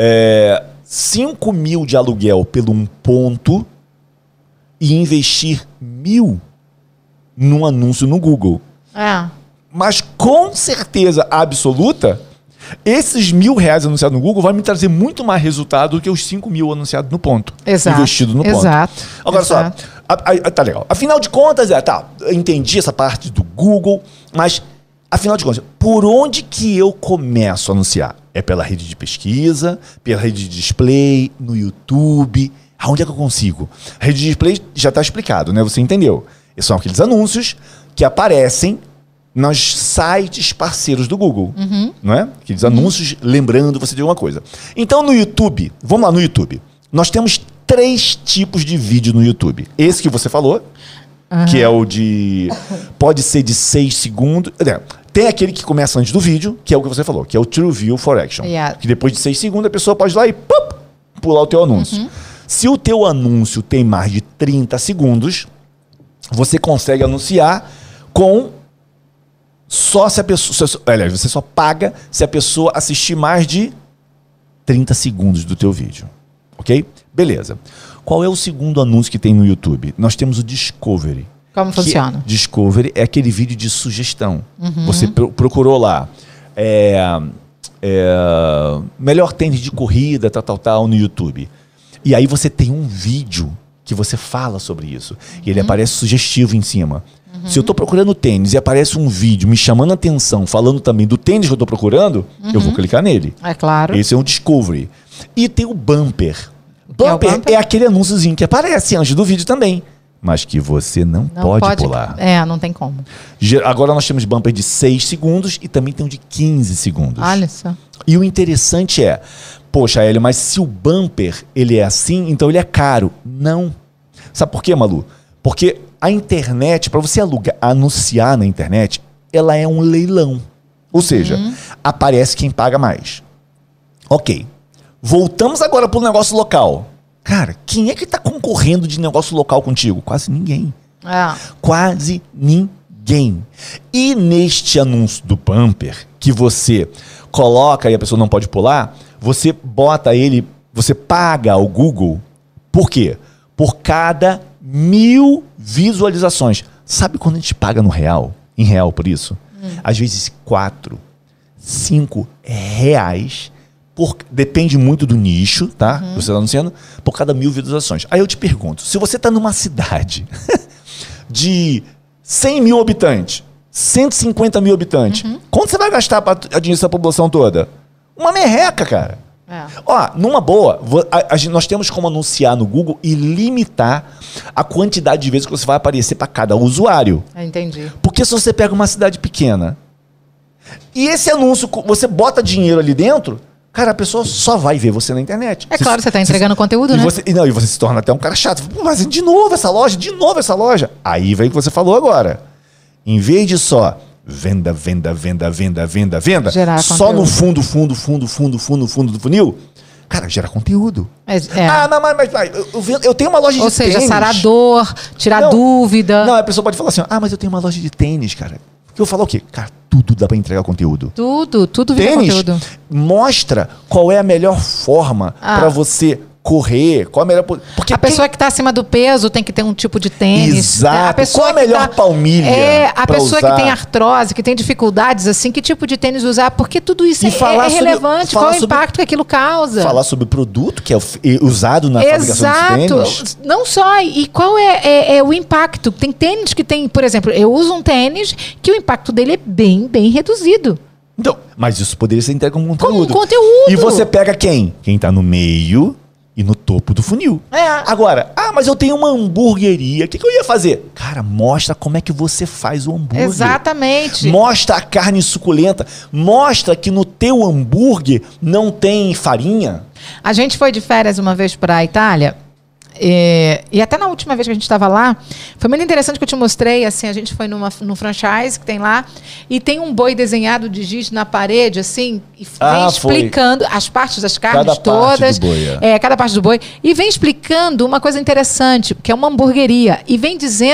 5 mil de aluguel pelo um ponto e investir 1.000 num anúncio no Google. Mas com certeza absoluta, esses R$1.000 anunciados no Google vai me trazer muito mais resultado do que os 5.000 anunciados no ponto. Exato. Investido no ponto. Exato. Agora Exato. só, tá legal. Afinal de contas, eu entendi essa parte do Google, mas afinal de contas, por onde que eu começo a anunciar? É pela rede de pesquisa, pela rede de display, no YouTube? Aonde é que eu consigo? A rede de display já está explicado, né? Você entendeu? São aqueles anúncios que aparecem nos sites parceiros do Google, não é? Aqueles anúncios lembrando você de alguma coisa. Então no YouTube, vamos lá no YouTube. Nós temos 3 tipos de vídeo no YouTube. Esse que você falou, que é o de... Pode ser de 6 segundos. Tem aquele que começa antes do vídeo, que é o que você falou, que é o True View for Action. Yeah. Que depois de 6 segundos a pessoa pode ir lá e pular o teu anúncio. Se o teu anúncio tem mais de 30 segundos, você consegue anunciar com... Só se a pessoa... Aliás, você só paga se a pessoa assistir mais de 30 segundos do teu vídeo. Ok? Beleza. Qual é o segundo anúncio que tem no YouTube? Nós temos o Discovery. Como funciona? Discovery é aquele vídeo de sugestão. Você procurou lá. Melhor tênis de corrida, tal, no YouTube. E aí você tem um vídeo que você fala sobre isso. E ele aparece sugestivo em cima. Se eu estou procurando tênis e aparece um vídeo me chamando a atenção, falando também do tênis que eu estou procurando, eu vou clicar nele. É claro. Esse é um Discovery. E tem o Bumper. É o bumper? É aquele anúnciozinho que aparece antes do vídeo também, mas que você não pode pular. Não tem como. Agora nós temos Bumper de 6 segundos e também tem um de 15 segundos. Olha só. E o interessante é, poxa, Hélio, mas se o Bumper ele é assim, então ele é caro. Não. Sabe por quê, Malu? Porque a internet, para você anunciar na internet, ela é um leilão. Ou seja, aparece quem paga mais. Ok. Voltamos agora para o negócio local. Cara, quem é que está concorrendo de negócio local contigo? Quase ninguém. Quase ninguém. E neste anúncio do Bumper, que você coloca e a pessoa não pode pular, você bota ele, você paga ao Google. Por quê? Por cada 1.000 visualizações. Sabe quando a gente paga no real? Em real por isso? Às vezes 4, 5 reais. Depende muito do nicho, tá? Você está anunciando, por cada 1.000 visualizações. Aí eu te pergunto, se você está numa cidade de 100 mil habitantes, 150 mil habitantes, quanto você vai gastar para atingir essa população toda? Uma merreca, cara. Ó, numa boa, nós temos como anunciar no Google e limitar a quantidade de vezes que você vai aparecer para cada usuário. Entendi. Porque se você pega uma cidade pequena e esse anúncio, você bota dinheiro ali dentro, cara, a pessoa só vai ver você na internet. É claro, você está entregando conteúdo, né? E você se torna até um cara chato. Mas de novo essa loja. Aí vem o que você falou agora. Em vez de só venda, gerar só conteúdo. no fundo do funil, cara, gera conteúdo. Eu tenho uma loja de tênis. Ou seja, sarador, tirar dúvida. Não, a pessoa pode falar assim, mas eu tenho uma loja de tênis, cara. Eu falo o quê? Cara, tudo dá pra entregar conteúdo. Tudo vira conteúdo. Mostra qual é a melhor forma pra você correr, qual a melhor... Porque a pessoa que está acima do peso tem que ter um tipo de tênis. Exato. A pessoa qual a melhor palmilha a pessoa que tem artrose, que tem dificuldades, assim, que tipo de tênis usar? Porque tudo isso é relevante. Qual é o impacto que aquilo causa? Falar sobre o produto que é usado na fabricação dos tênis. Não só. E qual é o impacto? Tem tênis que tem... Por exemplo, eu uso um tênis que o impacto dele é bem reduzido. Então, mas isso poderia ser entregue como conteúdo. Como conteúdo. E você pega quem? Quem tá no meio... E no topo do funil. Agora, mas eu tenho uma hamburgueria. O que eu ia fazer? Cara, mostra como é que você faz o hambúrguer. Exatamente. Mostra a carne suculenta. Mostra que no teu hambúrguer não tem farinha. A gente foi de férias uma vez para a Itália. E até na última vez que a gente estava lá, foi muito interessante que eu te mostrei, assim, a gente foi no franchise que tem lá, e tem um boi desenhado de giz na parede, assim, e vem explicando as partes das carnes todas. Cada parte do boi. E vem explicando uma coisa interessante, que é uma hamburgueria, e vem dizendo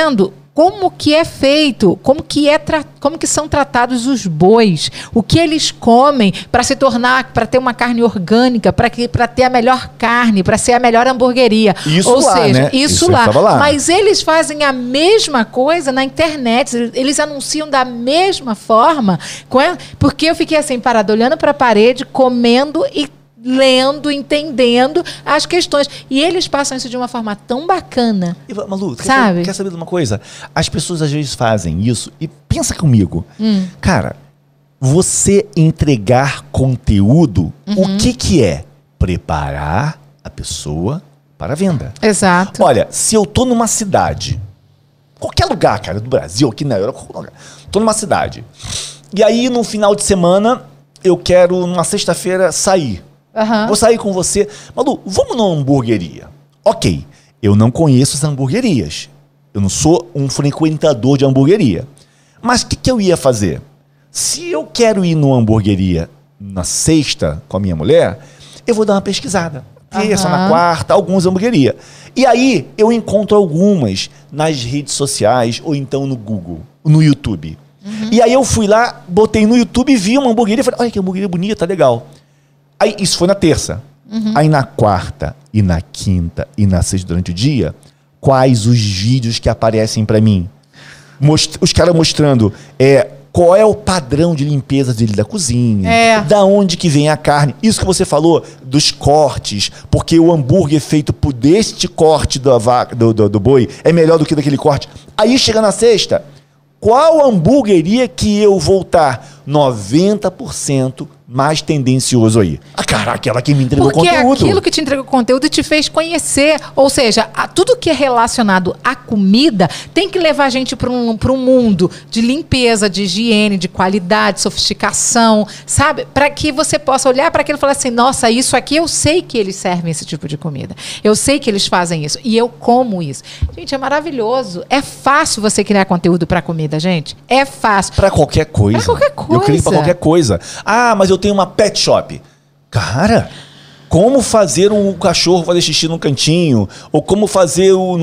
como que é feito, como que são tratados os bois, o que eles comem para se tornar, para ter uma carne orgânica, para ter a melhor carne, para ser a melhor hamburgueria. Isso Ou lá, seja, né? Isso lá. Mas eles fazem a mesma coisa na internet, eles anunciam da mesma forma, porque eu fiquei assim, parada, olhando para a parede, comendo e lendo, entendendo as questões. E eles passam isso de uma forma tão bacana. Malu, sabe? Quer saber de uma coisa? As pessoas às vezes fazem isso e pensa comigo. Cara, você entregar conteúdo, o que é? Preparar a pessoa para a venda. Exato. Olha, se eu tô numa cidade, qualquer lugar, cara, do Brasil, aqui na Europa, qualquer lugar, tô numa cidade. E aí, no final de semana, eu quero, numa sexta-feira, sair. Vou sair com você. Malu, vamos numa hamburgueria. Ok, eu não conheço as hamburguerias. Eu não sou um frequentador de hamburgueria. Mas o que eu ia fazer? Se eu quero ir numa hamburgueria na sexta com a minha mulher, eu vou dar uma pesquisada. Terça, na quarta, algumas hamburguerias. E aí eu encontro algumas nas redes sociais ou então no Google, no YouTube. E aí eu fui lá, botei no YouTube, vi uma hamburgueria e falei, olha que hamburgueria bonita, legal. Aí isso foi na terça. Aí na quarta e na quinta e na sexta durante o dia, quais os vídeos que aparecem pra mim? Os caras mostrando qual é o padrão de limpeza dele da cozinha, da onde que vem a carne. Isso que você falou dos cortes, porque o hambúrguer feito por este corte do boi é melhor do que daquele corte. Aí chega na sexta, qual hamburgueria que eu vou estar 90% mais tendencioso aí? Cara, aquela que me entregou conteúdo. Porque aquilo que te entregou conteúdo te fez conhecer. Ou seja, tudo que é relacionado à comida tem que levar a gente para um mundo de limpeza, de higiene, de qualidade, sofisticação, sabe? Para que você possa olhar para aquilo e falar assim, nossa, isso aqui eu sei que eles servem esse tipo de comida. Eu sei que eles fazem isso. E eu como isso. Gente, é maravilhoso. É fácil você criar conteúdo para comida, gente. É fácil. Para qualquer coisa. Para qualquer coisa. Eu crio para qualquer coisa. Ah, mas eu tenho uma pet shop. Cara, como fazer o cachorro fazer xixi no cantinho? Ou como fazer o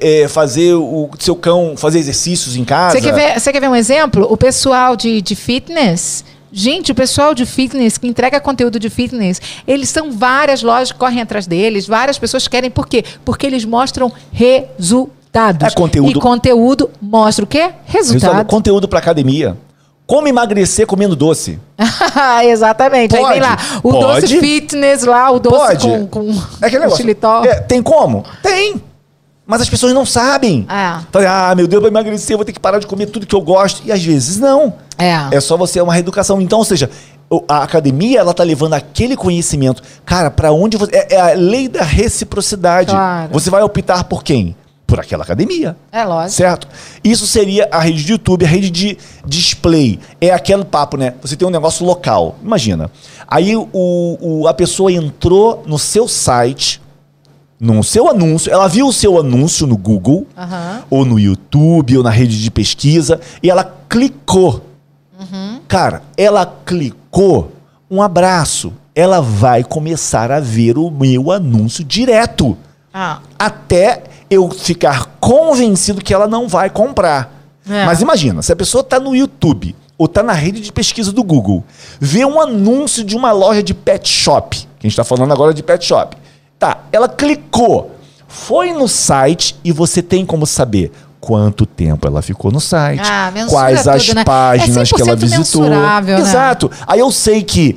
seu cão fazer exercícios em casa? Você quer ver um exemplo? O pessoal de fitness... Gente, o pessoal de fitness, que entrega conteúdo de fitness, eles são várias lojas que correm atrás deles, várias pessoas querem. Por quê? Porque eles mostram resultados. Conteúdo. E conteúdo mostra o quê? Resultado. Conteúdo para academia. Como emagrecer comendo doce. Exatamente. Pode, aí tem lá o doce fitness, lá, o doce com xilitol. Tem como? Tem. Mas as pessoas não sabem. Meu Deus, para emagrecer, eu vou ter que parar de comer tudo que eu gosto. E às vezes não. É só você, uma reeducação. Então, ou seja, a academia, ela tá levando aquele conhecimento. Cara, para onde você... É a lei da reciprocidade. Claro. Você vai optar por quem? Por aquela academia. É lógico. Certo? Isso seria a rede de YouTube, a rede de display. É aquele papo, né? Você tem um negócio local. Imagina. Aí a pessoa entrou no seu site, no seu anúncio, ela viu o seu anúncio no Google, ou no YouTube, ou na rede de pesquisa, e ela clicou. Cara, ela clicou, um abraço. Ela vai começar a ver o meu anúncio direto. Até eu ficar convencido que ela não vai comprar. Mas imagina, se a pessoa está no YouTube ou está na rede de pesquisa do Google, vê um anúncio de uma loja de pet shop, que a gente está falando agora de pet shop. Tá, ela clicou, foi no site e você tem como saber quanto tempo ela ficou no site, quais as tudo, né? páginas que ela visitou. Exato. Aí eu sei que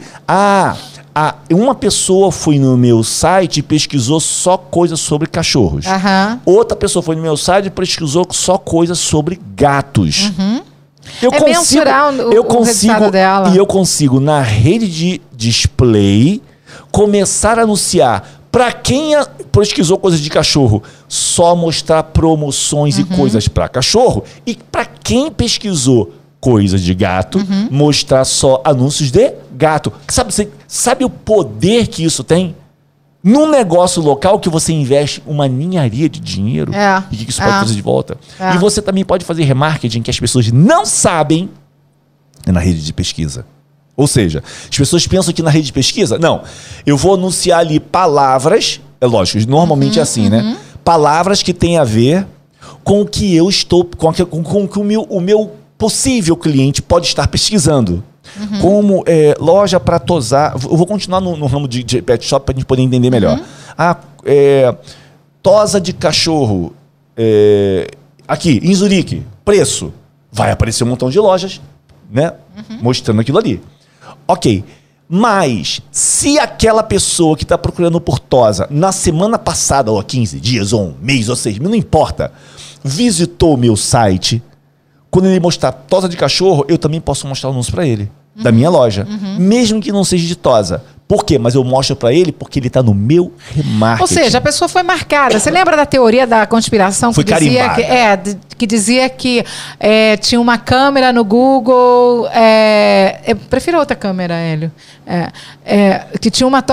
uma pessoa foi no meu site e pesquisou só coisas sobre cachorros. Outra pessoa foi no meu site e pesquisou só coisas sobre gatos. Eu consigo, na rede de display, começar a anunciar. Para quem pesquisou coisas de cachorro, só mostrar promoções e coisas para cachorro. E para quem pesquisou coisas de gato, mostrar só anúncios de gato. Sabe o poder que isso tem? Num negócio local que você investe uma ninharia de dinheiro e que isso pode trazer de volta. E você também pode fazer remarketing que as pessoas não sabem na rede de pesquisa. Ou seja, as pessoas pensam que na rede de pesquisa, não, eu vou anunciar ali palavras, é lógico, normalmente é assim, né? Palavras que têm a ver com o que eu estou, com o que o meu possível cliente pode estar pesquisando. Como loja para tosar. Eu vou continuar no ramo de pet shop para a gente poder entender melhor. Tosa de cachorro. Aqui, em Zurique, preço. Vai aparecer um montão de lojas, né? Mostrando aquilo ali. Ok. Mas, se aquela pessoa que está procurando por tosa, na semana passada, ou há 15 dias, ou um mês, ou 6 meses, não importa, visitou o meu site, quando ele mostrar tosa de cachorro, eu também posso mostrar o anúncio para ele, da minha loja. Mesmo que não seja de tosa. Por quê? Mas eu mostro para ele porque ele está no meu remarketing. Ou seja, a pessoa foi marcada. Você lembra da teoria da conspiração Foi que dizia que dizia que tinha uma câmera no Google. Eu prefiro outra câmera, Hélio. Que tinha uma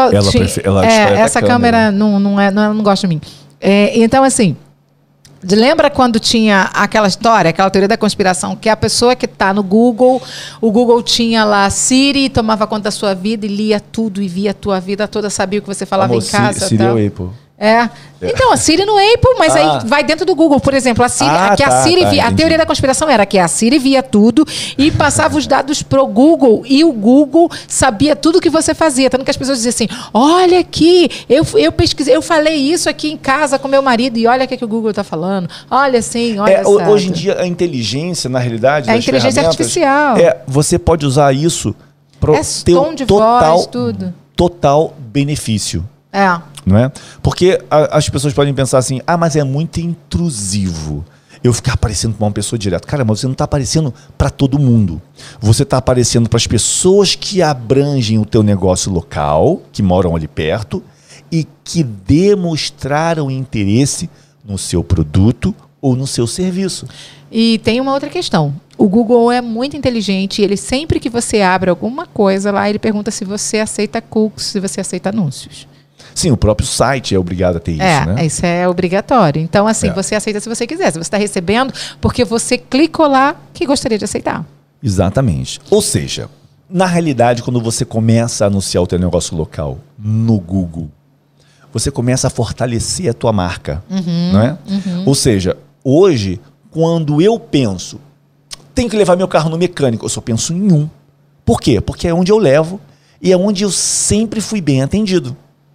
essa câmera não gosta de mim. Então, assim. Lembra quando tinha aquela história, aquela teoria da conspiração, que a pessoa que está no Google, o Google tinha lá Siri, tomava conta da sua vida e lia tudo e via a tua vida toda, sabia o que você falava em casa. Siri é o Apple. Então, a Siri no Apple, mas aí vai dentro do Google, por exemplo, a Siri, a teoria da conspiração era que a Siri via tudo e passava os dados pro Google e o Google sabia tudo o que você fazia, tanto que as pessoas diziam assim, olha aqui, eu pesquisei, eu falei isso aqui em casa com meu marido e olha o que o Google está falando, olha assim, olha hoje em dia a inteligência, na realidade, a inteligência artificial. Você pode usar isso para ter tom de voz, tudo. Total benefício. Não é? Porque as pessoas podem pensar assim, mas é muito intrusivo eu ficar aparecendo para uma pessoa direto. Cara, mas você não está aparecendo para todo mundo. Você está aparecendo para as pessoas que abrangem o teu negócio local, que moram ali perto e que demonstraram interesse no seu produto ou no seu serviço. E tem uma outra questão. O Google é muito inteligente e ele sempre que você abre alguma coisa lá, ele pergunta se você aceita cookies, se você aceita anúncios. Sim, o próprio site é obrigado a ter isso, né? Isso é obrigatório. Então, assim, você aceita se você quiser. Se você está recebendo, porque você clicou lá que gostaria de aceitar. Exatamente. Ou seja, na realidade, quando você começa a anunciar o teu negócio local no Google, você começa a fortalecer a tua marca, não é? Ou seja, hoje, quando eu penso, tenho que levar meu carro no mecânico, eu só penso em um. Por quê? Porque é onde eu levo e é onde eu sempre fui bem atendido.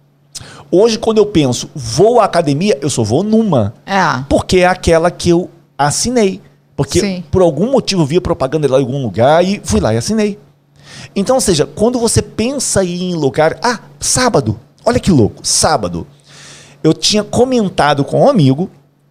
Hoje, quando eu penso, vou à academia, eu só vou numa. Porque é aquela que eu assinei. Porque por algum motivo eu via propaganda lá em algum lugar e fui lá e assinei. Então, ou seja, quando você pensa em ir em lugar... sábado. Olha que louco. Sábado. Eu tinha comentado com um amigo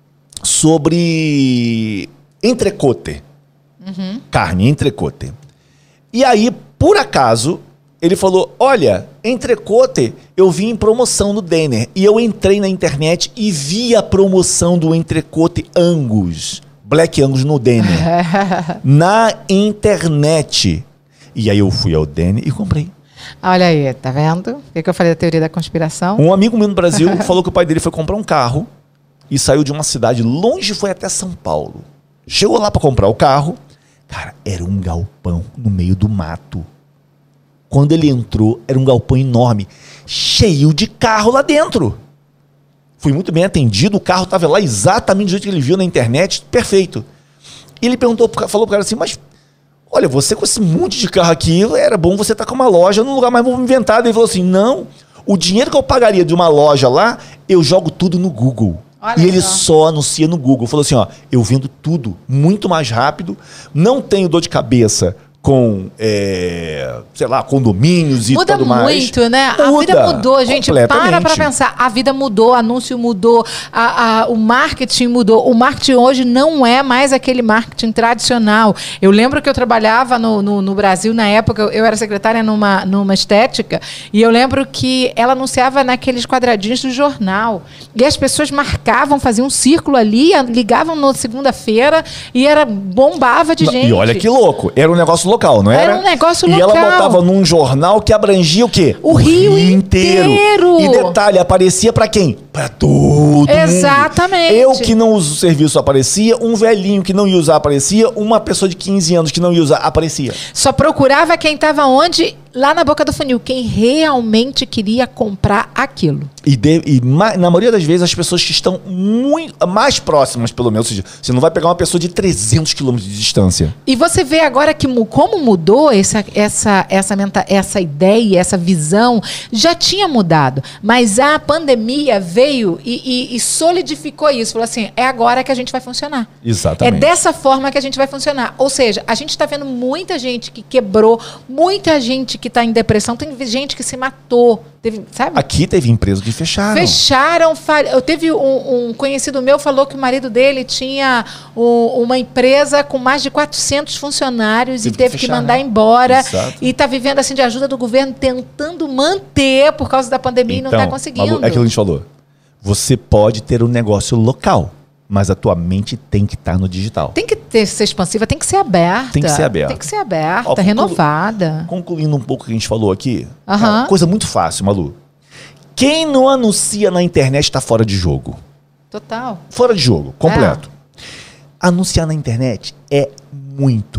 sobre entrecote. Carne, entrecote. E aí, por acaso... Ele falou, olha, entrecote eu vi em promoção no Denner. E eu entrei na internet e vi a promoção do entrecote Angus. Black Angus no Denner. Na internet. E aí eu fui ao Denner e comprei. Olha aí, tá vendo? O que eu falei da teoria da conspiração? Um amigo meu no Brasil falou que o pai dele foi comprar um carro e saiu de uma cidade longe e foi até São Paulo. Chegou lá para comprar o carro. Cara, era um galpão no meio do mato. Quando ele entrou, era um galpão enorme, cheio de carro lá dentro. Fui muito bem atendido, o carro estava lá exatamente do jeito que ele viu na internet, perfeito. E ele falou pro cara assim, mas, olha, você com esse monte de carro aqui, era bom você estar com uma loja num lugar mais movimentado. Ele falou assim, não, o dinheiro que eu pagaria de uma loja lá, eu jogo tudo no Google. Olha e ele só anuncia no Google. Falou assim, eu vendo tudo muito mais rápido, não tenho dor de cabeça com, sei lá, condomínios e tudo mais. Muda muito, né? A vida mudou, gente. Para pensar. A vida mudou, o anúncio mudou, o marketing mudou. O marketing hoje não é mais aquele marketing tradicional. Eu lembro que eu trabalhava no Brasil, na época, eu era secretária numa estética, e eu lembro que ela anunciava naqueles quadradinhos do jornal. E as pessoas marcavam, faziam um círculo ali, ligavam na segunda-feira e bombava de gente. E olha que louco. Era um negócio local, não era? Era um negócio local. E ela botava num jornal que abrangia o quê? O Rio inteiro. E detalhe, aparecia pra quem? Pra todo mundo. Exatamente. Eu que não uso o serviço aparecia, um velhinho que não ia usar aparecia, uma pessoa de 15 anos que não ia usar aparecia. Só procurava quem estava onde lá na boca do funil, quem realmente queria comprar aquilo. Na maioria das vezes, as pessoas que estão mais próximas, pelo menos, ou seja, você não vai pegar uma pessoa de 300 quilômetros de distância. E você vê agora que como mudou essa ideia, essa visão, já tinha mudado. Mas a pandemia veio e solidificou isso. Falou assim, é agora que a gente vai funcionar. Exatamente. É dessa forma que a gente vai funcionar. Ou seja, a gente está vendo muita gente que quebrou, muita gente que está em depressão, tem gente que se matou. Sabe? Aqui teve empresas que fecharam. Eu teve um conhecido meu falou que o marido dele tinha uma empresa com mais de 400 funcionários e teve que mandar embora. Exato. E está vivendo assim de ajuda do governo, tentando manter por causa da pandemia então, e não está conseguindo. É aquilo que a gente falou. Você pode ter um negócio local, mas a tua mente tem que estar no digital. Tem que ser expansiva, tem que ser aberta. Tem que ser aberta. Tem que ser aberta, renovada. Concluindo um pouco o que a gente falou aqui, Aham. coisa muito fácil, Malu. Quem não anuncia na internet está fora de jogo. Total. Fora de jogo, completo. Anunciar na internet é muito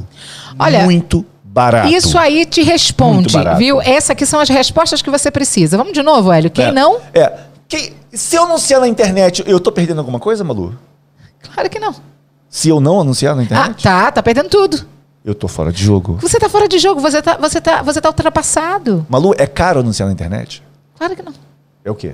barato. Isso aí te responde, viu? Essas aqui são as respostas que você precisa. Vamos de novo, Hélio. Quem não? Se eu anunciar na internet, eu tô perdendo alguma coisa, Malu? Claro que não. Se eu não anunciar na internet? Tá perdendo tudo. Eu tô fora de jogo. Você tá fora de jogo, você tá ultrapassado. Malu, é caro anunciar na internet? Claro que não. É o quê?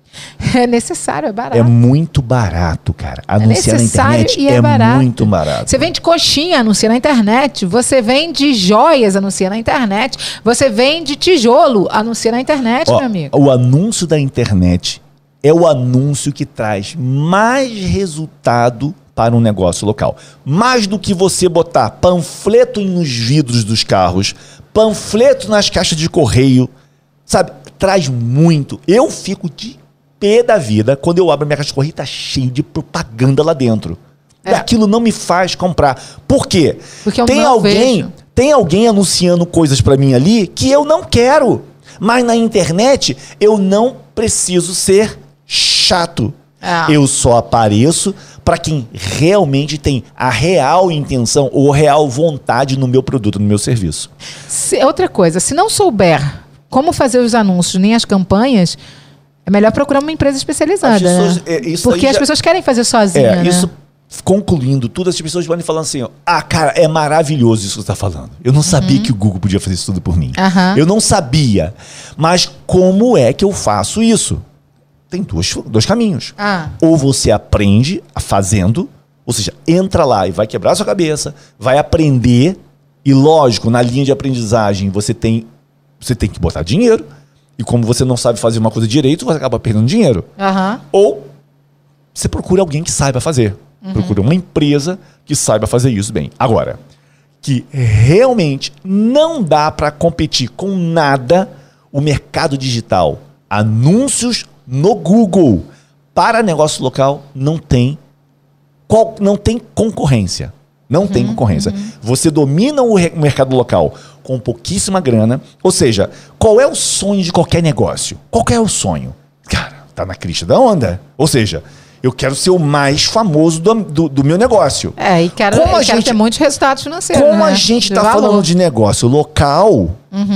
É necessário, é barato. É muito barato, cara. Anunciar na internet e é barato. Muito barato. Você vende coxinha, anuncia na internet. Você vende joias, anuncia na internet. Você vende tijolo, anuncia na internet, meu amigo. O anúncio da internet é o anúncio que traz mais resultado para um negócio local. Mais do que você botar panfleto nos vidros dos carros, panfleto nas caixas de correio, sabe? Traz muito. Eu fico de pé da vida quando eu abro minha caixa de correio e tá cheio de propaganda lá dentro. E aquilo não me faz comprar. Por quê? Porque eu não vejo. Tem alguém anunciando coisas para mim ali que eu não quero. Mas na internet eu não preciso ser chato. Eu só apareço para quem realmente tem a real intenção ou real vontade no meu produto, no meu serviço. Outra coisa, se não souber como fazer os anúncios nem as campanhas, é melhor procurar uma empresa especializada. Pessoas, porque as pessoas querem fazer sozinha, né? Isso, concluindo tudo, as pessoas podem falar assim, cara, é maravilhoso isso que você está falando. Eu não sabia que o Google podia fazer isso tudo por mim. Eu não sabia. Mas como é que eu faço isso? Tem dois caminhos. Ou você aprende fazendo, ou seja, entra lá e vai quebrar a sua cabeça, vai aprender, e lógico, na linha de aprendizagem você tem que botar dinheiro, e como você não sabe fazer uma coisa direito, você acaba perdendo dinheiro. Ou você procura alguém que saiba fazer. Procura uma empresa que saiba fazer isso bem. Agora, que realmente não dá para competir com nada o mercado digital. Anúncios no Google para negócio local não tem concorrência. Não tem concorrência. Você domina o mercado local com pouquíssima grana. Ou seja, qual é o sonho de qualquer negócio? Qual é o sonho? Cara, tá na crista da onda. Ou seja, eu quero ser o mais famoso do meu negócio. E quero ter muitos resultados financeiros. Como a gente está falando de negócio local,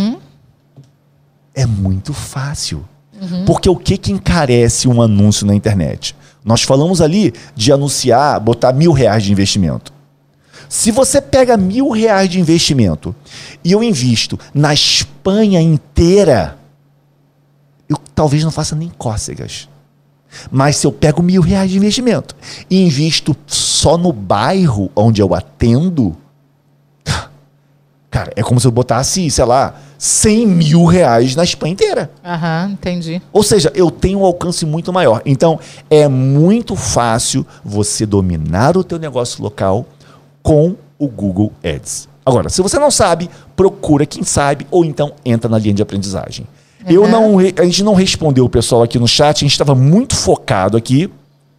é muito fácil. Porque o que encarece um anúncio na internet? Nós falamos ali de anunciar, botar R$1.000 de investimento. Se você pega R$1.000 de investimento e eu invisto na Espanha inteira, eu talvez não faça nem cócegas. Mas se eu pego R$1.000 de investimento e invisto só no bairro onde eu atendo, cara, é como se eu botasse, sei lá, R$100.000 na Espanha inteira. Entendi. Ou seja, eu tenho um alcance muito maior. Então, é muito fácil você dominar o teu negócio local com o Google Ads. Agora, se você não sabe, procura quem sabe ou então entra na linha de aprendizagem. A gente não respondeu o pessoal aqui no chat, a gente estava muito focado aqui.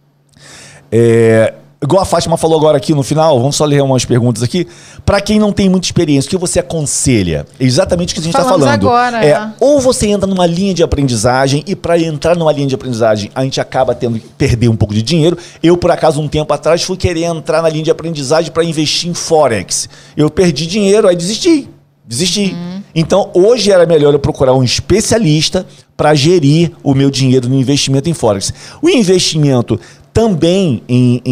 Igual a Fátima falou agora aqui no final, vamos só ler umas perguntas aqui. Para quem não tem muita experiência, o que você aconselha? É exatamente o que a gente está falando. Agora, ou você entra numa linha de aprendizagem, e para entrar numa linha de aprendizagem, a gente acaba tendo que perder um pouco de dinheiro. Eu, por acaso, um tempo atrás, fui querer entrar na linha de aprendizagem para investir em Forex. Eu perdi dinheiro, aí desisti. Então, hoje era melhor eu procurar um especialista para gerir o meu dinheiro no investimento em Forex. O investimento também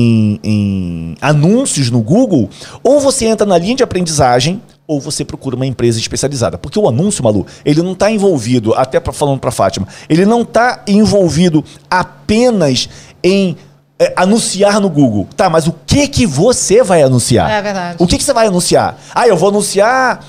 em anúncios no Google, ou você entra na linha de aprendizagem, ou você procura uma empresa especializada. Porque o anúncio, Malu, ele não está envolvido, até falando para Fátima, ele não está envolvido apenas em anunciar no Google. Tá, mas o que você vai anunciar? É verdade. O que você vai anunciar? Ah, eu vou anunciar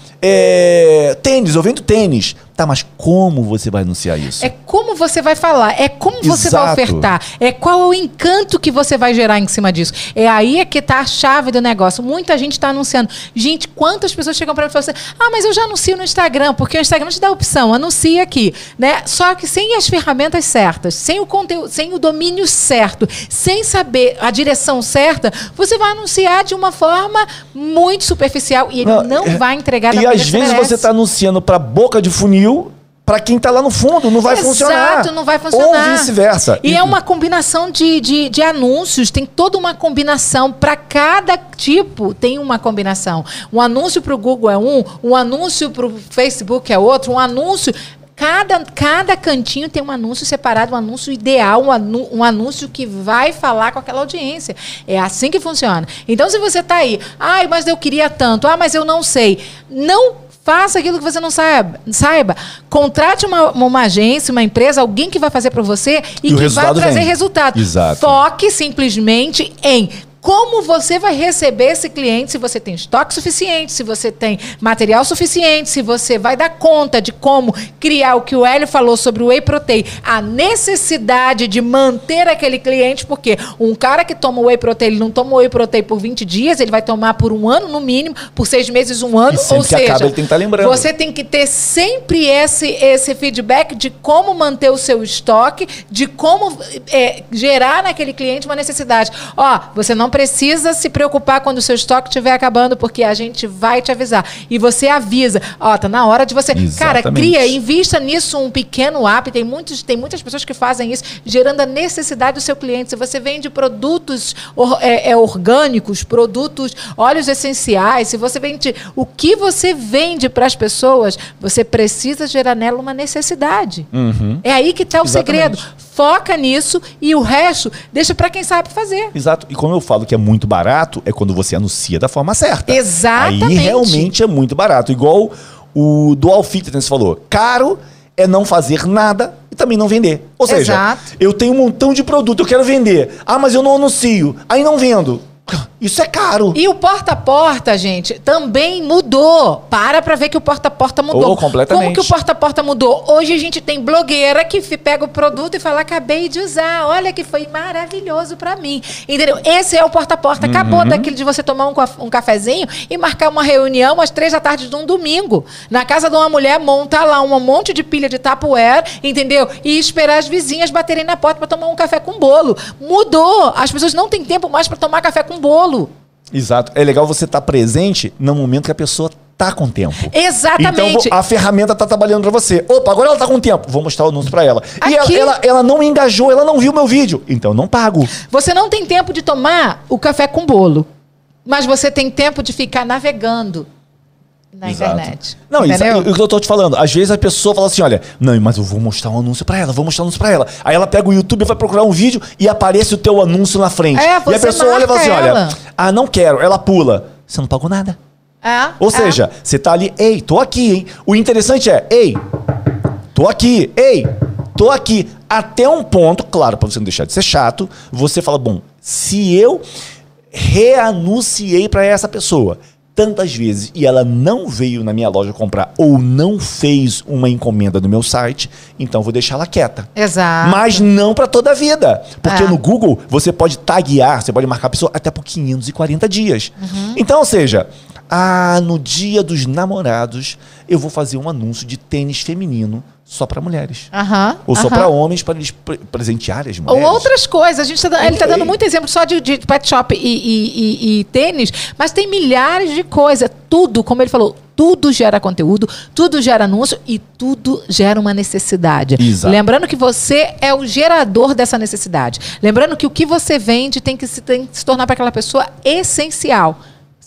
tênis, eu vendo tênis. Tá, mas como você vai anunciar isso? É como você vai falar, é como você vai ofertar, é qual é o encanto que você vai gerar em cima disso. É aí que tá a chave do negócio. Muita gente está anunciando. Gente, quantas pessoas chegam para mim e falam assim, mas eu já anuncio no Instagram, porque o Instagram te dá a opção, anuncia aqui, né? Só que sem as ferramentas certas, sem o conteúdo, sem o domínio certo, sem saber a direção certa, você vai anunciar de uma forma muito superficial e ele não vai entregar da maneira que você merece. E às vezes você está anunciando para boca de funil, para quem está lá no fundo, não vai funcionar. Exato, não vai funcionar. Ou vice-versa. E é uma combinação de anúncios, tem toda uma combinação. Para cada tipo, tem uma combinação. Um anúncio para o Google é um anúncio para o Facebook é outro, um anúncio... Cada cantinho tem um anúncio separado, um anúncio ideal, um anúncio que vai falar com aquela audiência. É assim que funciona. Então, se você está aí, mas eu queria tanto, mas eu não sei. Não faça aquilo que você não saiba. Contrate uma agência, uma empresa, alguém que vai fazer para você e que vai trazer resultado. Exato. Foque simplesmente em como você vai receber esse cliente, se você tem estoque suficiente, se você tem material suficiente, se você vai dar conta de como criar o que o Hélio falou sobre o Whey Protein, a necessidade de manter aquele cliente, porque um cara que toma o Whey Protein, ele não toma o Whey Protein por 20 dias, ele vai tomar por 1 ano no mínimo, por 6 meses, 1 ano, ou seja, acaba, ele tem que estar lembrando. Você tem que ter sempre esse feedback de como manter o seu estoque, de como gerar naquele cliente uma necessidade. Você não precisa se preocupar quando o seu estoque estiver acabando, porque a gente vai te avisar. E você avisa. Tá na hora de você... Exatamente. Cara, invista nisso um pequeno app. Tem muitas pessoas que fazem isso, gerando a necessidade do seu cliente. Se você vende produtos orgânicos, produtos, óleos essenciais, se você vende... O que você vende para as pessoas, você precisa gerar nela uma necessidade. Uhum. É aí que está o segredo. Foca nisso e o resto deixa para quem sabe fazer. Exato. E como eu falo que é muito barato, é quando você anuncia da forma certa. Exatamente. Aí realmente é muito barato. Igual o Dual Fitness falou. Caro é não fazer nada e também não vender. Ou seja, exato, eu tenho um montão de produto, eu quero vender. Mas eu não anuncio. Aí não vendo. Isso é caro. E o porta a porta, gente, também mudou. Para ver que o porta a porta mudou. Completamente. Como que o porta a porta mudou? Hoje a gente tem blogueira que pega o produto e fala, acabei de usar, olha que foi maravilhoso pra mim. Entendeu? Esse é o porta a porta. Acabou daquilo de você tomar um cafezinho e marcar uma reunião às 3 da tarde de um domingo. Na casa de uma mulher, montar lá um monte de pilha de Tupperware, entendeu? E esperar as vizinhas baterem na porta pra tomar um café com bolo. Mudou. As pessoas não têm tempo mais pra tomar café com bolo. Exato. É legal você estar presente no momento que a pessoa tá com tempo. Exatamente. Então a ferramenta tá trabalhando para você. Opa, agora ela tá com tempo. Vou mostrar o anúncio para ela. Aqui... E ela não engajou, ela não viu meu vídeo. Então não pago. Você não tem tempo de tomar o café com bolo, mas você tem tempo de ficar navegando na internet. Não, isso é o que eu tô te falando. Às vezes a pessoa fala assim, olha, não, mas eu vou mostrar um anúncio pra ela, Aí ela pega o YouTube, vai procurar um vídeo e aparece o teu anúncio na frente. E a pessoa olha e fala assim, olha, não quero. Ela pula. Você não pagou nada. Ou seja, você tá ali, ei, tô aqui, hein? O interessante é, ei, tô aqui, tô aqui. Até um ponto, claro, pra você não deixar de ser chato, você fala, bom, se eu reanunciei pra essa pessoa tantas vezes e ela não veio na minha loja comprar ou não fez uma encomenda no meu site, então vou deixar ela quieta. Exato. Mas não para toda a vida. Porque no Google você pode taguear, você pode marcar a pessoa até por 540 dias. Então, ou seja, no dia dos namorados eu vou fazer um anúncio de tênis feminino só para mulheres. Ou só para homens, para eles presentearem as mulheres. Ou outras coisas. Ele está dando muito exemplo só de pet shop e tênis, mas tem milhares de coisas. Tudo, como ele falou, tudo gera conteúdo, tudo gera anúncio e tudo gera uma necessidade. Exato. Lembrando que você é o gerador dessa necessidade. Lembrando que o que você vende tem que se tornar para aquela pessoa essencial.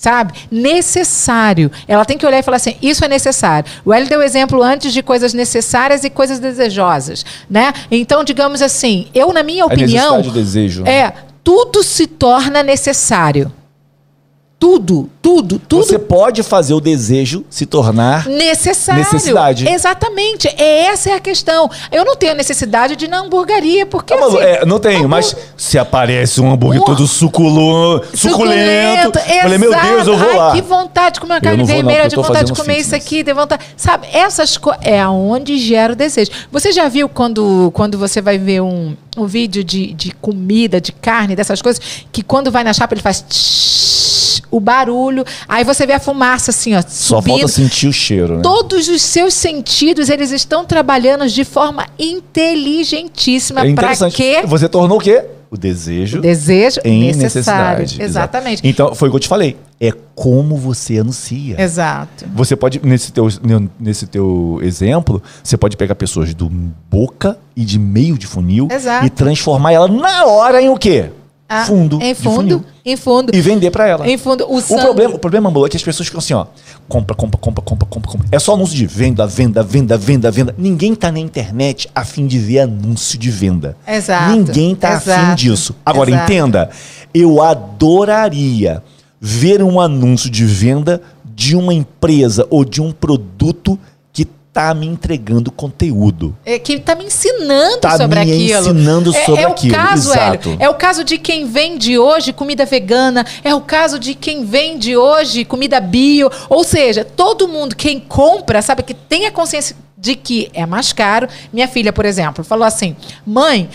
sabe? Necessário. Ela tem que olhar e falar assim, isso é necessário. O Hélio deu exemplo antes de coisas necessárias e coisas desejosas, né? Então, digamos assim, eu, na minha opinião... necessidade e desejo. Tudo se torna necessário. Tudo. Você pode fazer o desejo se tornar necessidade. Exatamente. Essa é a questão. Eu não tenho necessidade de ir na hamburgueria, porque assim, não tenho, mas se aparece um hambúrguer todo suculento, eu falei, meu Deus, eu vou lá. Que vontade de comer uma carne vermelha, de vontade de comer isso aqui, de vontade... Sabe, essas coisas é aonde gera o desejo. Você já viu quando você vai ver um vídeo de comida, de carne, dessas coisas, que quando vai na chapa ele faz... o barulho, aí você vê a fumaça assim, ó, subindo. Só falta sentir o cheiro, né? Todos os seus sentidos, eles estão trabalhando de forma inteligentíssima. Para quê? Você tornou o quê? O desejo em necessidade. Exatamente. Então, foi o que eu te falei. É como você anuncia. Exato. Você pode, nesse teu exemplo, você pode pegar pessoas do boca e de meio de funil e transformar ela na hora em o quê? Fundo. Em fundo. Em fundo. E vender pra ela. Em fundo. O problema, amor, é que as pessoas ficam assim, ó. Compra. É só anúncio de venda. Ninguém tá na internet a fim de ver anúncio de venda. Exato. Ninguém tá a fim disso. Agora, entenda. Eu adoraria ver um anúncio de venda de uma empresa ou de um produto que tá me entregando conteúdo. Que tá me ensinando sobre aquilo. Ensinando sobre aquilo. Hélio, é o caso de quem vende hoje comida vegana, é o caso de quem vende hoje comida bio, ou seja, todo mundo, quem compra, sabe, que tem a consciência de que é mais caro. Minha filha, por exemplo, falou assim, mãe,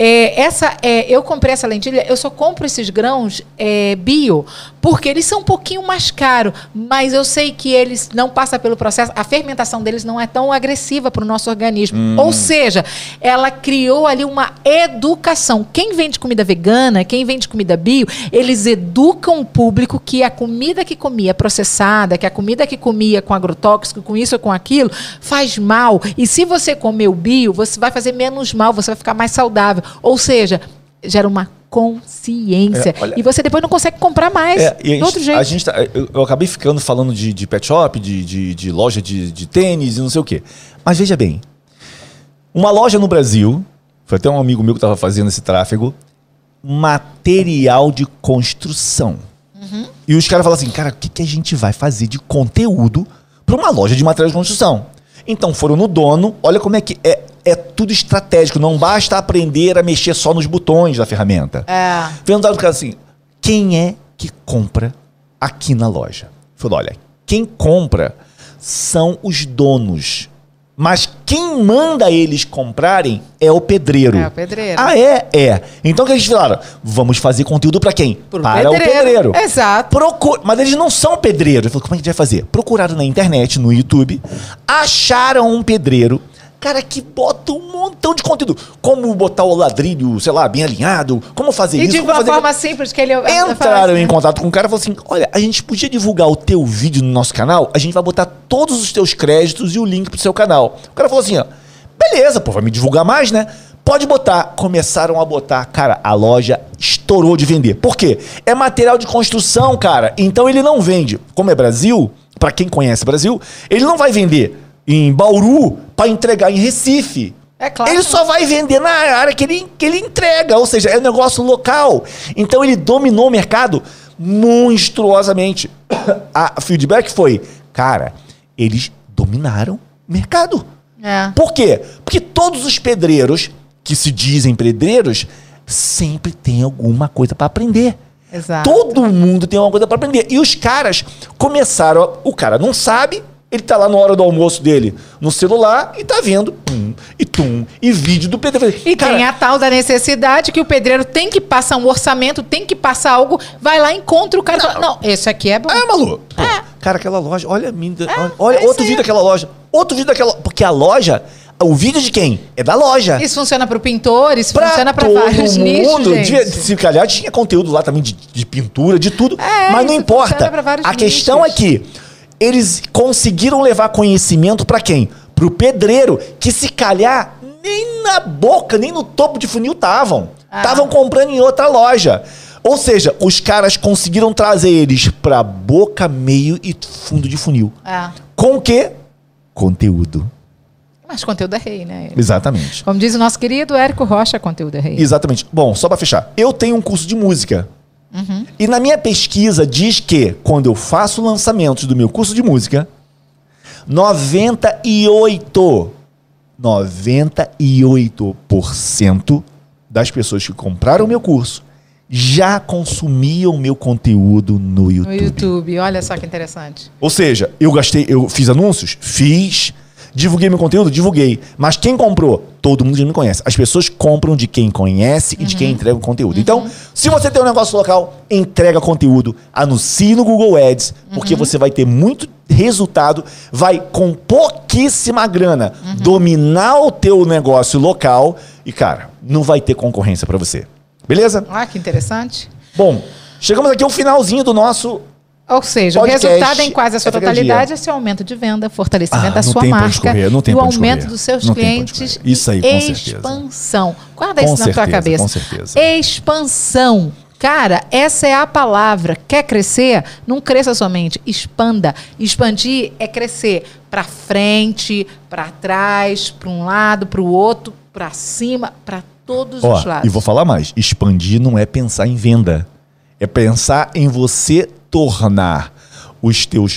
eu comprei essa lentilha, eu só compro esses grãos bio, porque eles são um pouquinho mais caros, mas eu sei que eles não passam pelo processo, a fermentação deles não é tão agressiva para o nosso organismo. Ou seja, ela criou ali uma educação. Quem vende comida vegana, quem vende comida bio, eles educam o público que a comida que comia processada, que a comida que comia com agrotóxico, com isso ou com aquilo, faz mal. E se você comer o bio, você vai fazer menos mal, você vai ficar mais saudável. Ou seja, gera uma consciência. E você depois não consegue comprar mais de outro jeito. Eu acabei ficando falando de pet shop, de loja de tênis e não sei o quê. Mas veja bem, uma loja no Brasil, foi até um amigo meu que estava fazendo esse tráfego, material de construção. E os caras falam assim, cara, o que a gente vai fazer de conteúdo para uma loja de material de construção? Então foram no dono, olha como é que é tudo estratégico, não basta aprender a mexer só nos botões da ferramenta. Perguntaram pro cara assim, quem é que compra aqui na loja? Falou, olha, quem compra são os donos, mas quem manda eles comprarem é o pedreiro. É o pedreiro. Ah, é? Então o que eles falaram? Vamos fazer conteúdo para quem? Para o pedreiro. Exato. Mas eles não são pedreiros. Ele falou, como é que a gente vai fazer? Procuraram na internet, no YouTube, acharam um pedreiro, cara, que bota um montão de conteúdo. Como botar o ladrilho, sei lá, bem alinhado, como fazer isso. E de uma forma simples que ele... Entraram em contato com o cara e falaram assim, olha, a gente podia divulgar o teu vídeo no nosso canal, a gente vai botar todos os teus créditos e o link pro seu canal. O cara falou assim, ó, beleza, pô, vai me divulgar mais, né? Pode botar. Começaram a botar. Cara, a loja estourou de vender. Por quê? É material de construção, cara. Então ele não vende. Como é Brasil, pra quem conhece Brasil, ele não vai vender em Bauru para entregar em Recife. É claro. Ele só vai vender na área que ele entrega, ou seja, é um negócio local. Então ele dominou o mercado monstruosamente. A feedback foi, cara, eles dominaram o mercado. Por quê? Porque todos os pedreiros que se dizem pedreiros sempre tem alguma coisa para aprender. Exato. Todo mundo tem alguma coisa para aprender. E os caras começaram, o cara não sabe, ele tá lá na hora do almoço dele no celular e tá vendo e vídeo do pedreiro. E cara, tem a tal da necessidade que o pedreiro tem que passar um orçamento, tem que passar algo, vai lá, encontra o cara e fala, não, esse aqui é bom. Malu. Cara, aquela loja, olha outro vídeo daquela loja. Outro vídeo daquela... Porque a loja... O vídeo de quem? É da loja. Isso funciona para o pintor, isso funciona para vários nichos, gente. Se calhar tinha conteúdo lá também de pintura, de tudo. Mas não importa. A questão é que eles conseguiram levar conhecimento para quem? Pro pedreiro, que se calhar nem na boca, nem no topo de funil estavam. Estavam comprando em outra loja. Ou seja, os caras conseguiram trazer eles pra boca, meio e fundo de funil. Com o quê? Conteúdo. Mas conteúdo é rei, né? Exatamente. Como diz o nosso querido Érico Rocha, conteúdo é rei. Exatamente. Bom, só pra fechar. Eu tenho um curso de música. E na minha pesquisa diz que quando eu faço lançamentos do meu curso de música, 98% das pessoas que compraram o meu curso já consumiam meu conteúdo no YouTube. No YouTube, olha só que interessante. Ou seja, eu fiz anúncios? Fiz. Divulguei meu conteúdo? Divulguei. Mas quem comprou? Todo mundo já me conhece. As pessoas compram de quem conhece e de quem entrega o conteúdo. Então, se você tem um negócio local, entrega conteúdo, anuncie no Google Ads, porque você vai ter muito resultado, vai com pouquíssima grana dominar o teu negócio local e, cara, não vai ter concorrência para você. Beleza? Ah, que interessante. Bom, chegamos aqui ao finalzinho do nosso... Ou seja, podcast, o resultado em quase a sua FHD. totalidade é seu aumento de venda, fortalecimento da sua marca não tem e o pra onde aumento correr. dos seus Não tem pra onde clientes correr. Isso aí, com certeza. expansão. Guarda Com isso na tua certeza, cabeça. com certeza. Expansão. Cara, essa é a palavra. Quer crescer? Não cresça somente, expanda. Expandir é crescer para frente, para trás, para um lado, para o outro, para cima, para todos os lados. E vou falar mais. Expandir não é pensar em venda. É pensar em você tornar os teus...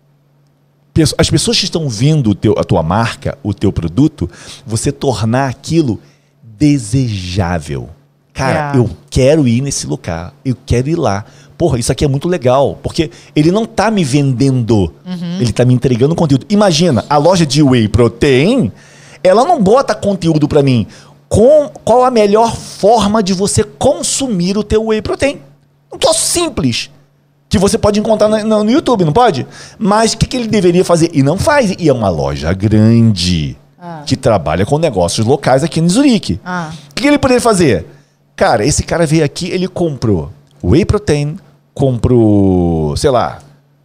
As pessoas que estão vendo a tua marca, o teu produto, você tornar aquilo desejável. Cara, eu quero ir nesse lugar, eu quero ir lá. Porra, isso aqui é muito legal, porque ele não tá me vendendo, ele tá me entregando conteúdo. Imagina, a loja de Whey Protein, ela não bota conteúdo pra mim. Qual a melhor forma de você consumir o teu Whey Protein? Um troço simples, que você pode encontrar no YouTube, não pode? Mas o que ele deveria fazer? E não faz. E é uma loja grande, que trabalha com negócios locais aqui em Zurique. O que ele poderia fazer? Cara, esse cara veio aqui, ele comprou Whey Protein, comprou, sei lá,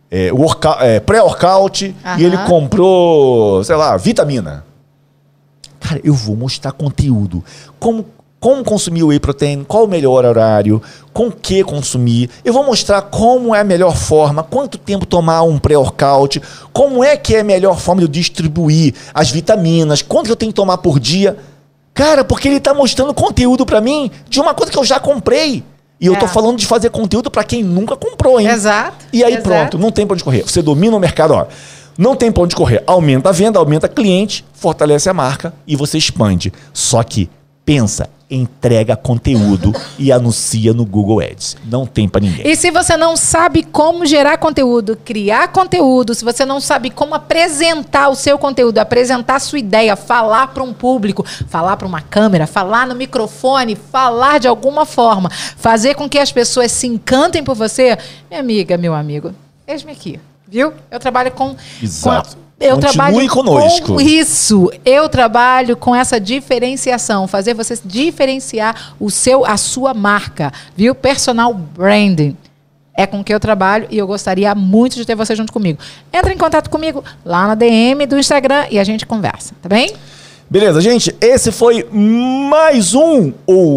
pré-workout, e ele comprou, sei lá, vitamina. Cara, eu vou mostrar conteúdo. Como consumir o Whey Protein, qual o melhor horário, com o que consumir. Eu vou mostrar como é a melhor forma, quanto tempo tomar um pré-workout, como é que é a melhor forma de eu distribuir as vitaminas, quanto que eu tenho que tomar por dia. Cara, porque ele tá mostrando conteúdo pra mim de uma coisa que eu já comprei. E eu tô falando de fazer conteúdo pra quem nunca comprou, hein? Exato. E aí pronto, não tem pra onde correr. Você domina o mercado, ó. Não tem pra onde correr. Aumenta a venda, aumenta cliente, fortalece a marca e você expande. Só que pensa, entrega conteúdo e anuncia no Google Ads. Não tem pra ninguém. E se você não sabe como gerar conteúdo, criar conteúdo, se você não sabe como apresentar o seu conteúdo, apresentar a sua ideia, falar para um público, falar para uma câmera, falar no microfone, falar de alguma forma, fazer com que as pessoas se encantem por você, minha amiga, meu amigo, eis-me aqui, viu? Eu trabalho com... Exato. Eu Continue trabalho conosco. com isso. Eu trabalho com essa diferenciação, fazer você diferenciar a sua marca, viu? Personal branding. É com que eu trabalho e eu gostaria muito de ter você junto comigo. Entra em contato comigo lá na DM do Instagram e a gente conversa, tá bem? Beleza, gente. Esse foi mais um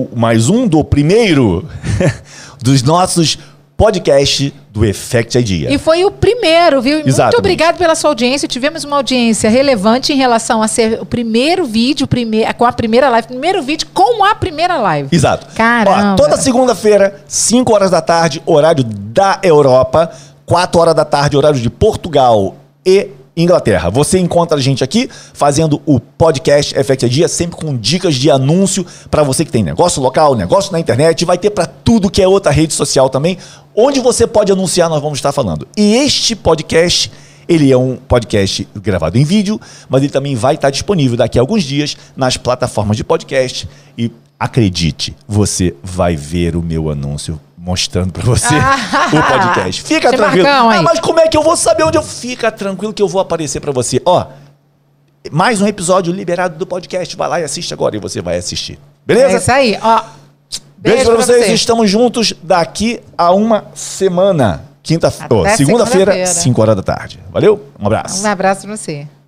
do primeiro dos nossos podcasts do Effect Idea. E foi o primeiro, viu? Exatamente. Muito obrigado pela sua audiência. Tivemos uma audiência relevante em relação a ser o primeiro vídeo, com a primeira live. Primeiro vídeo com a primeira live. Exato. Caramba. Ó, toda segunda-feira, 5 horas da tarde, horário da Europa, 4 horas da tarde, horário de Portugal e Inglaterra. Você encontra a gente aqui fazendo o podcast Effect Idea, sempre com dicas de anúncio para você que tem negócio local, negócio na internet, vai ter para tudo que é outra rede social também, onde você pode anunciar, nós vamos estar falando. E este podcast, ele é um podcast gravado em vídeo, mas ele também vai estar disponível daqui a alguns dias nas plataformas de podcast e acredite, você vai ver o meu anúncio mostrando pra você o podcast. Fica tranquilo. Mas como é que eu vou saber onde eu... Fica tranquilo que eu vou aparecer pra você. Ó, mais um episódio liberado do podcast. Vai lá e assiste agora e você vai assistir. Beleza? É isso aí. Ó, beijo pra vocês. Estamos juntos daqui a uma semana. Segunda-feira, 5 horas da tarde. Valeu? Um abraço. Um abraço pra você.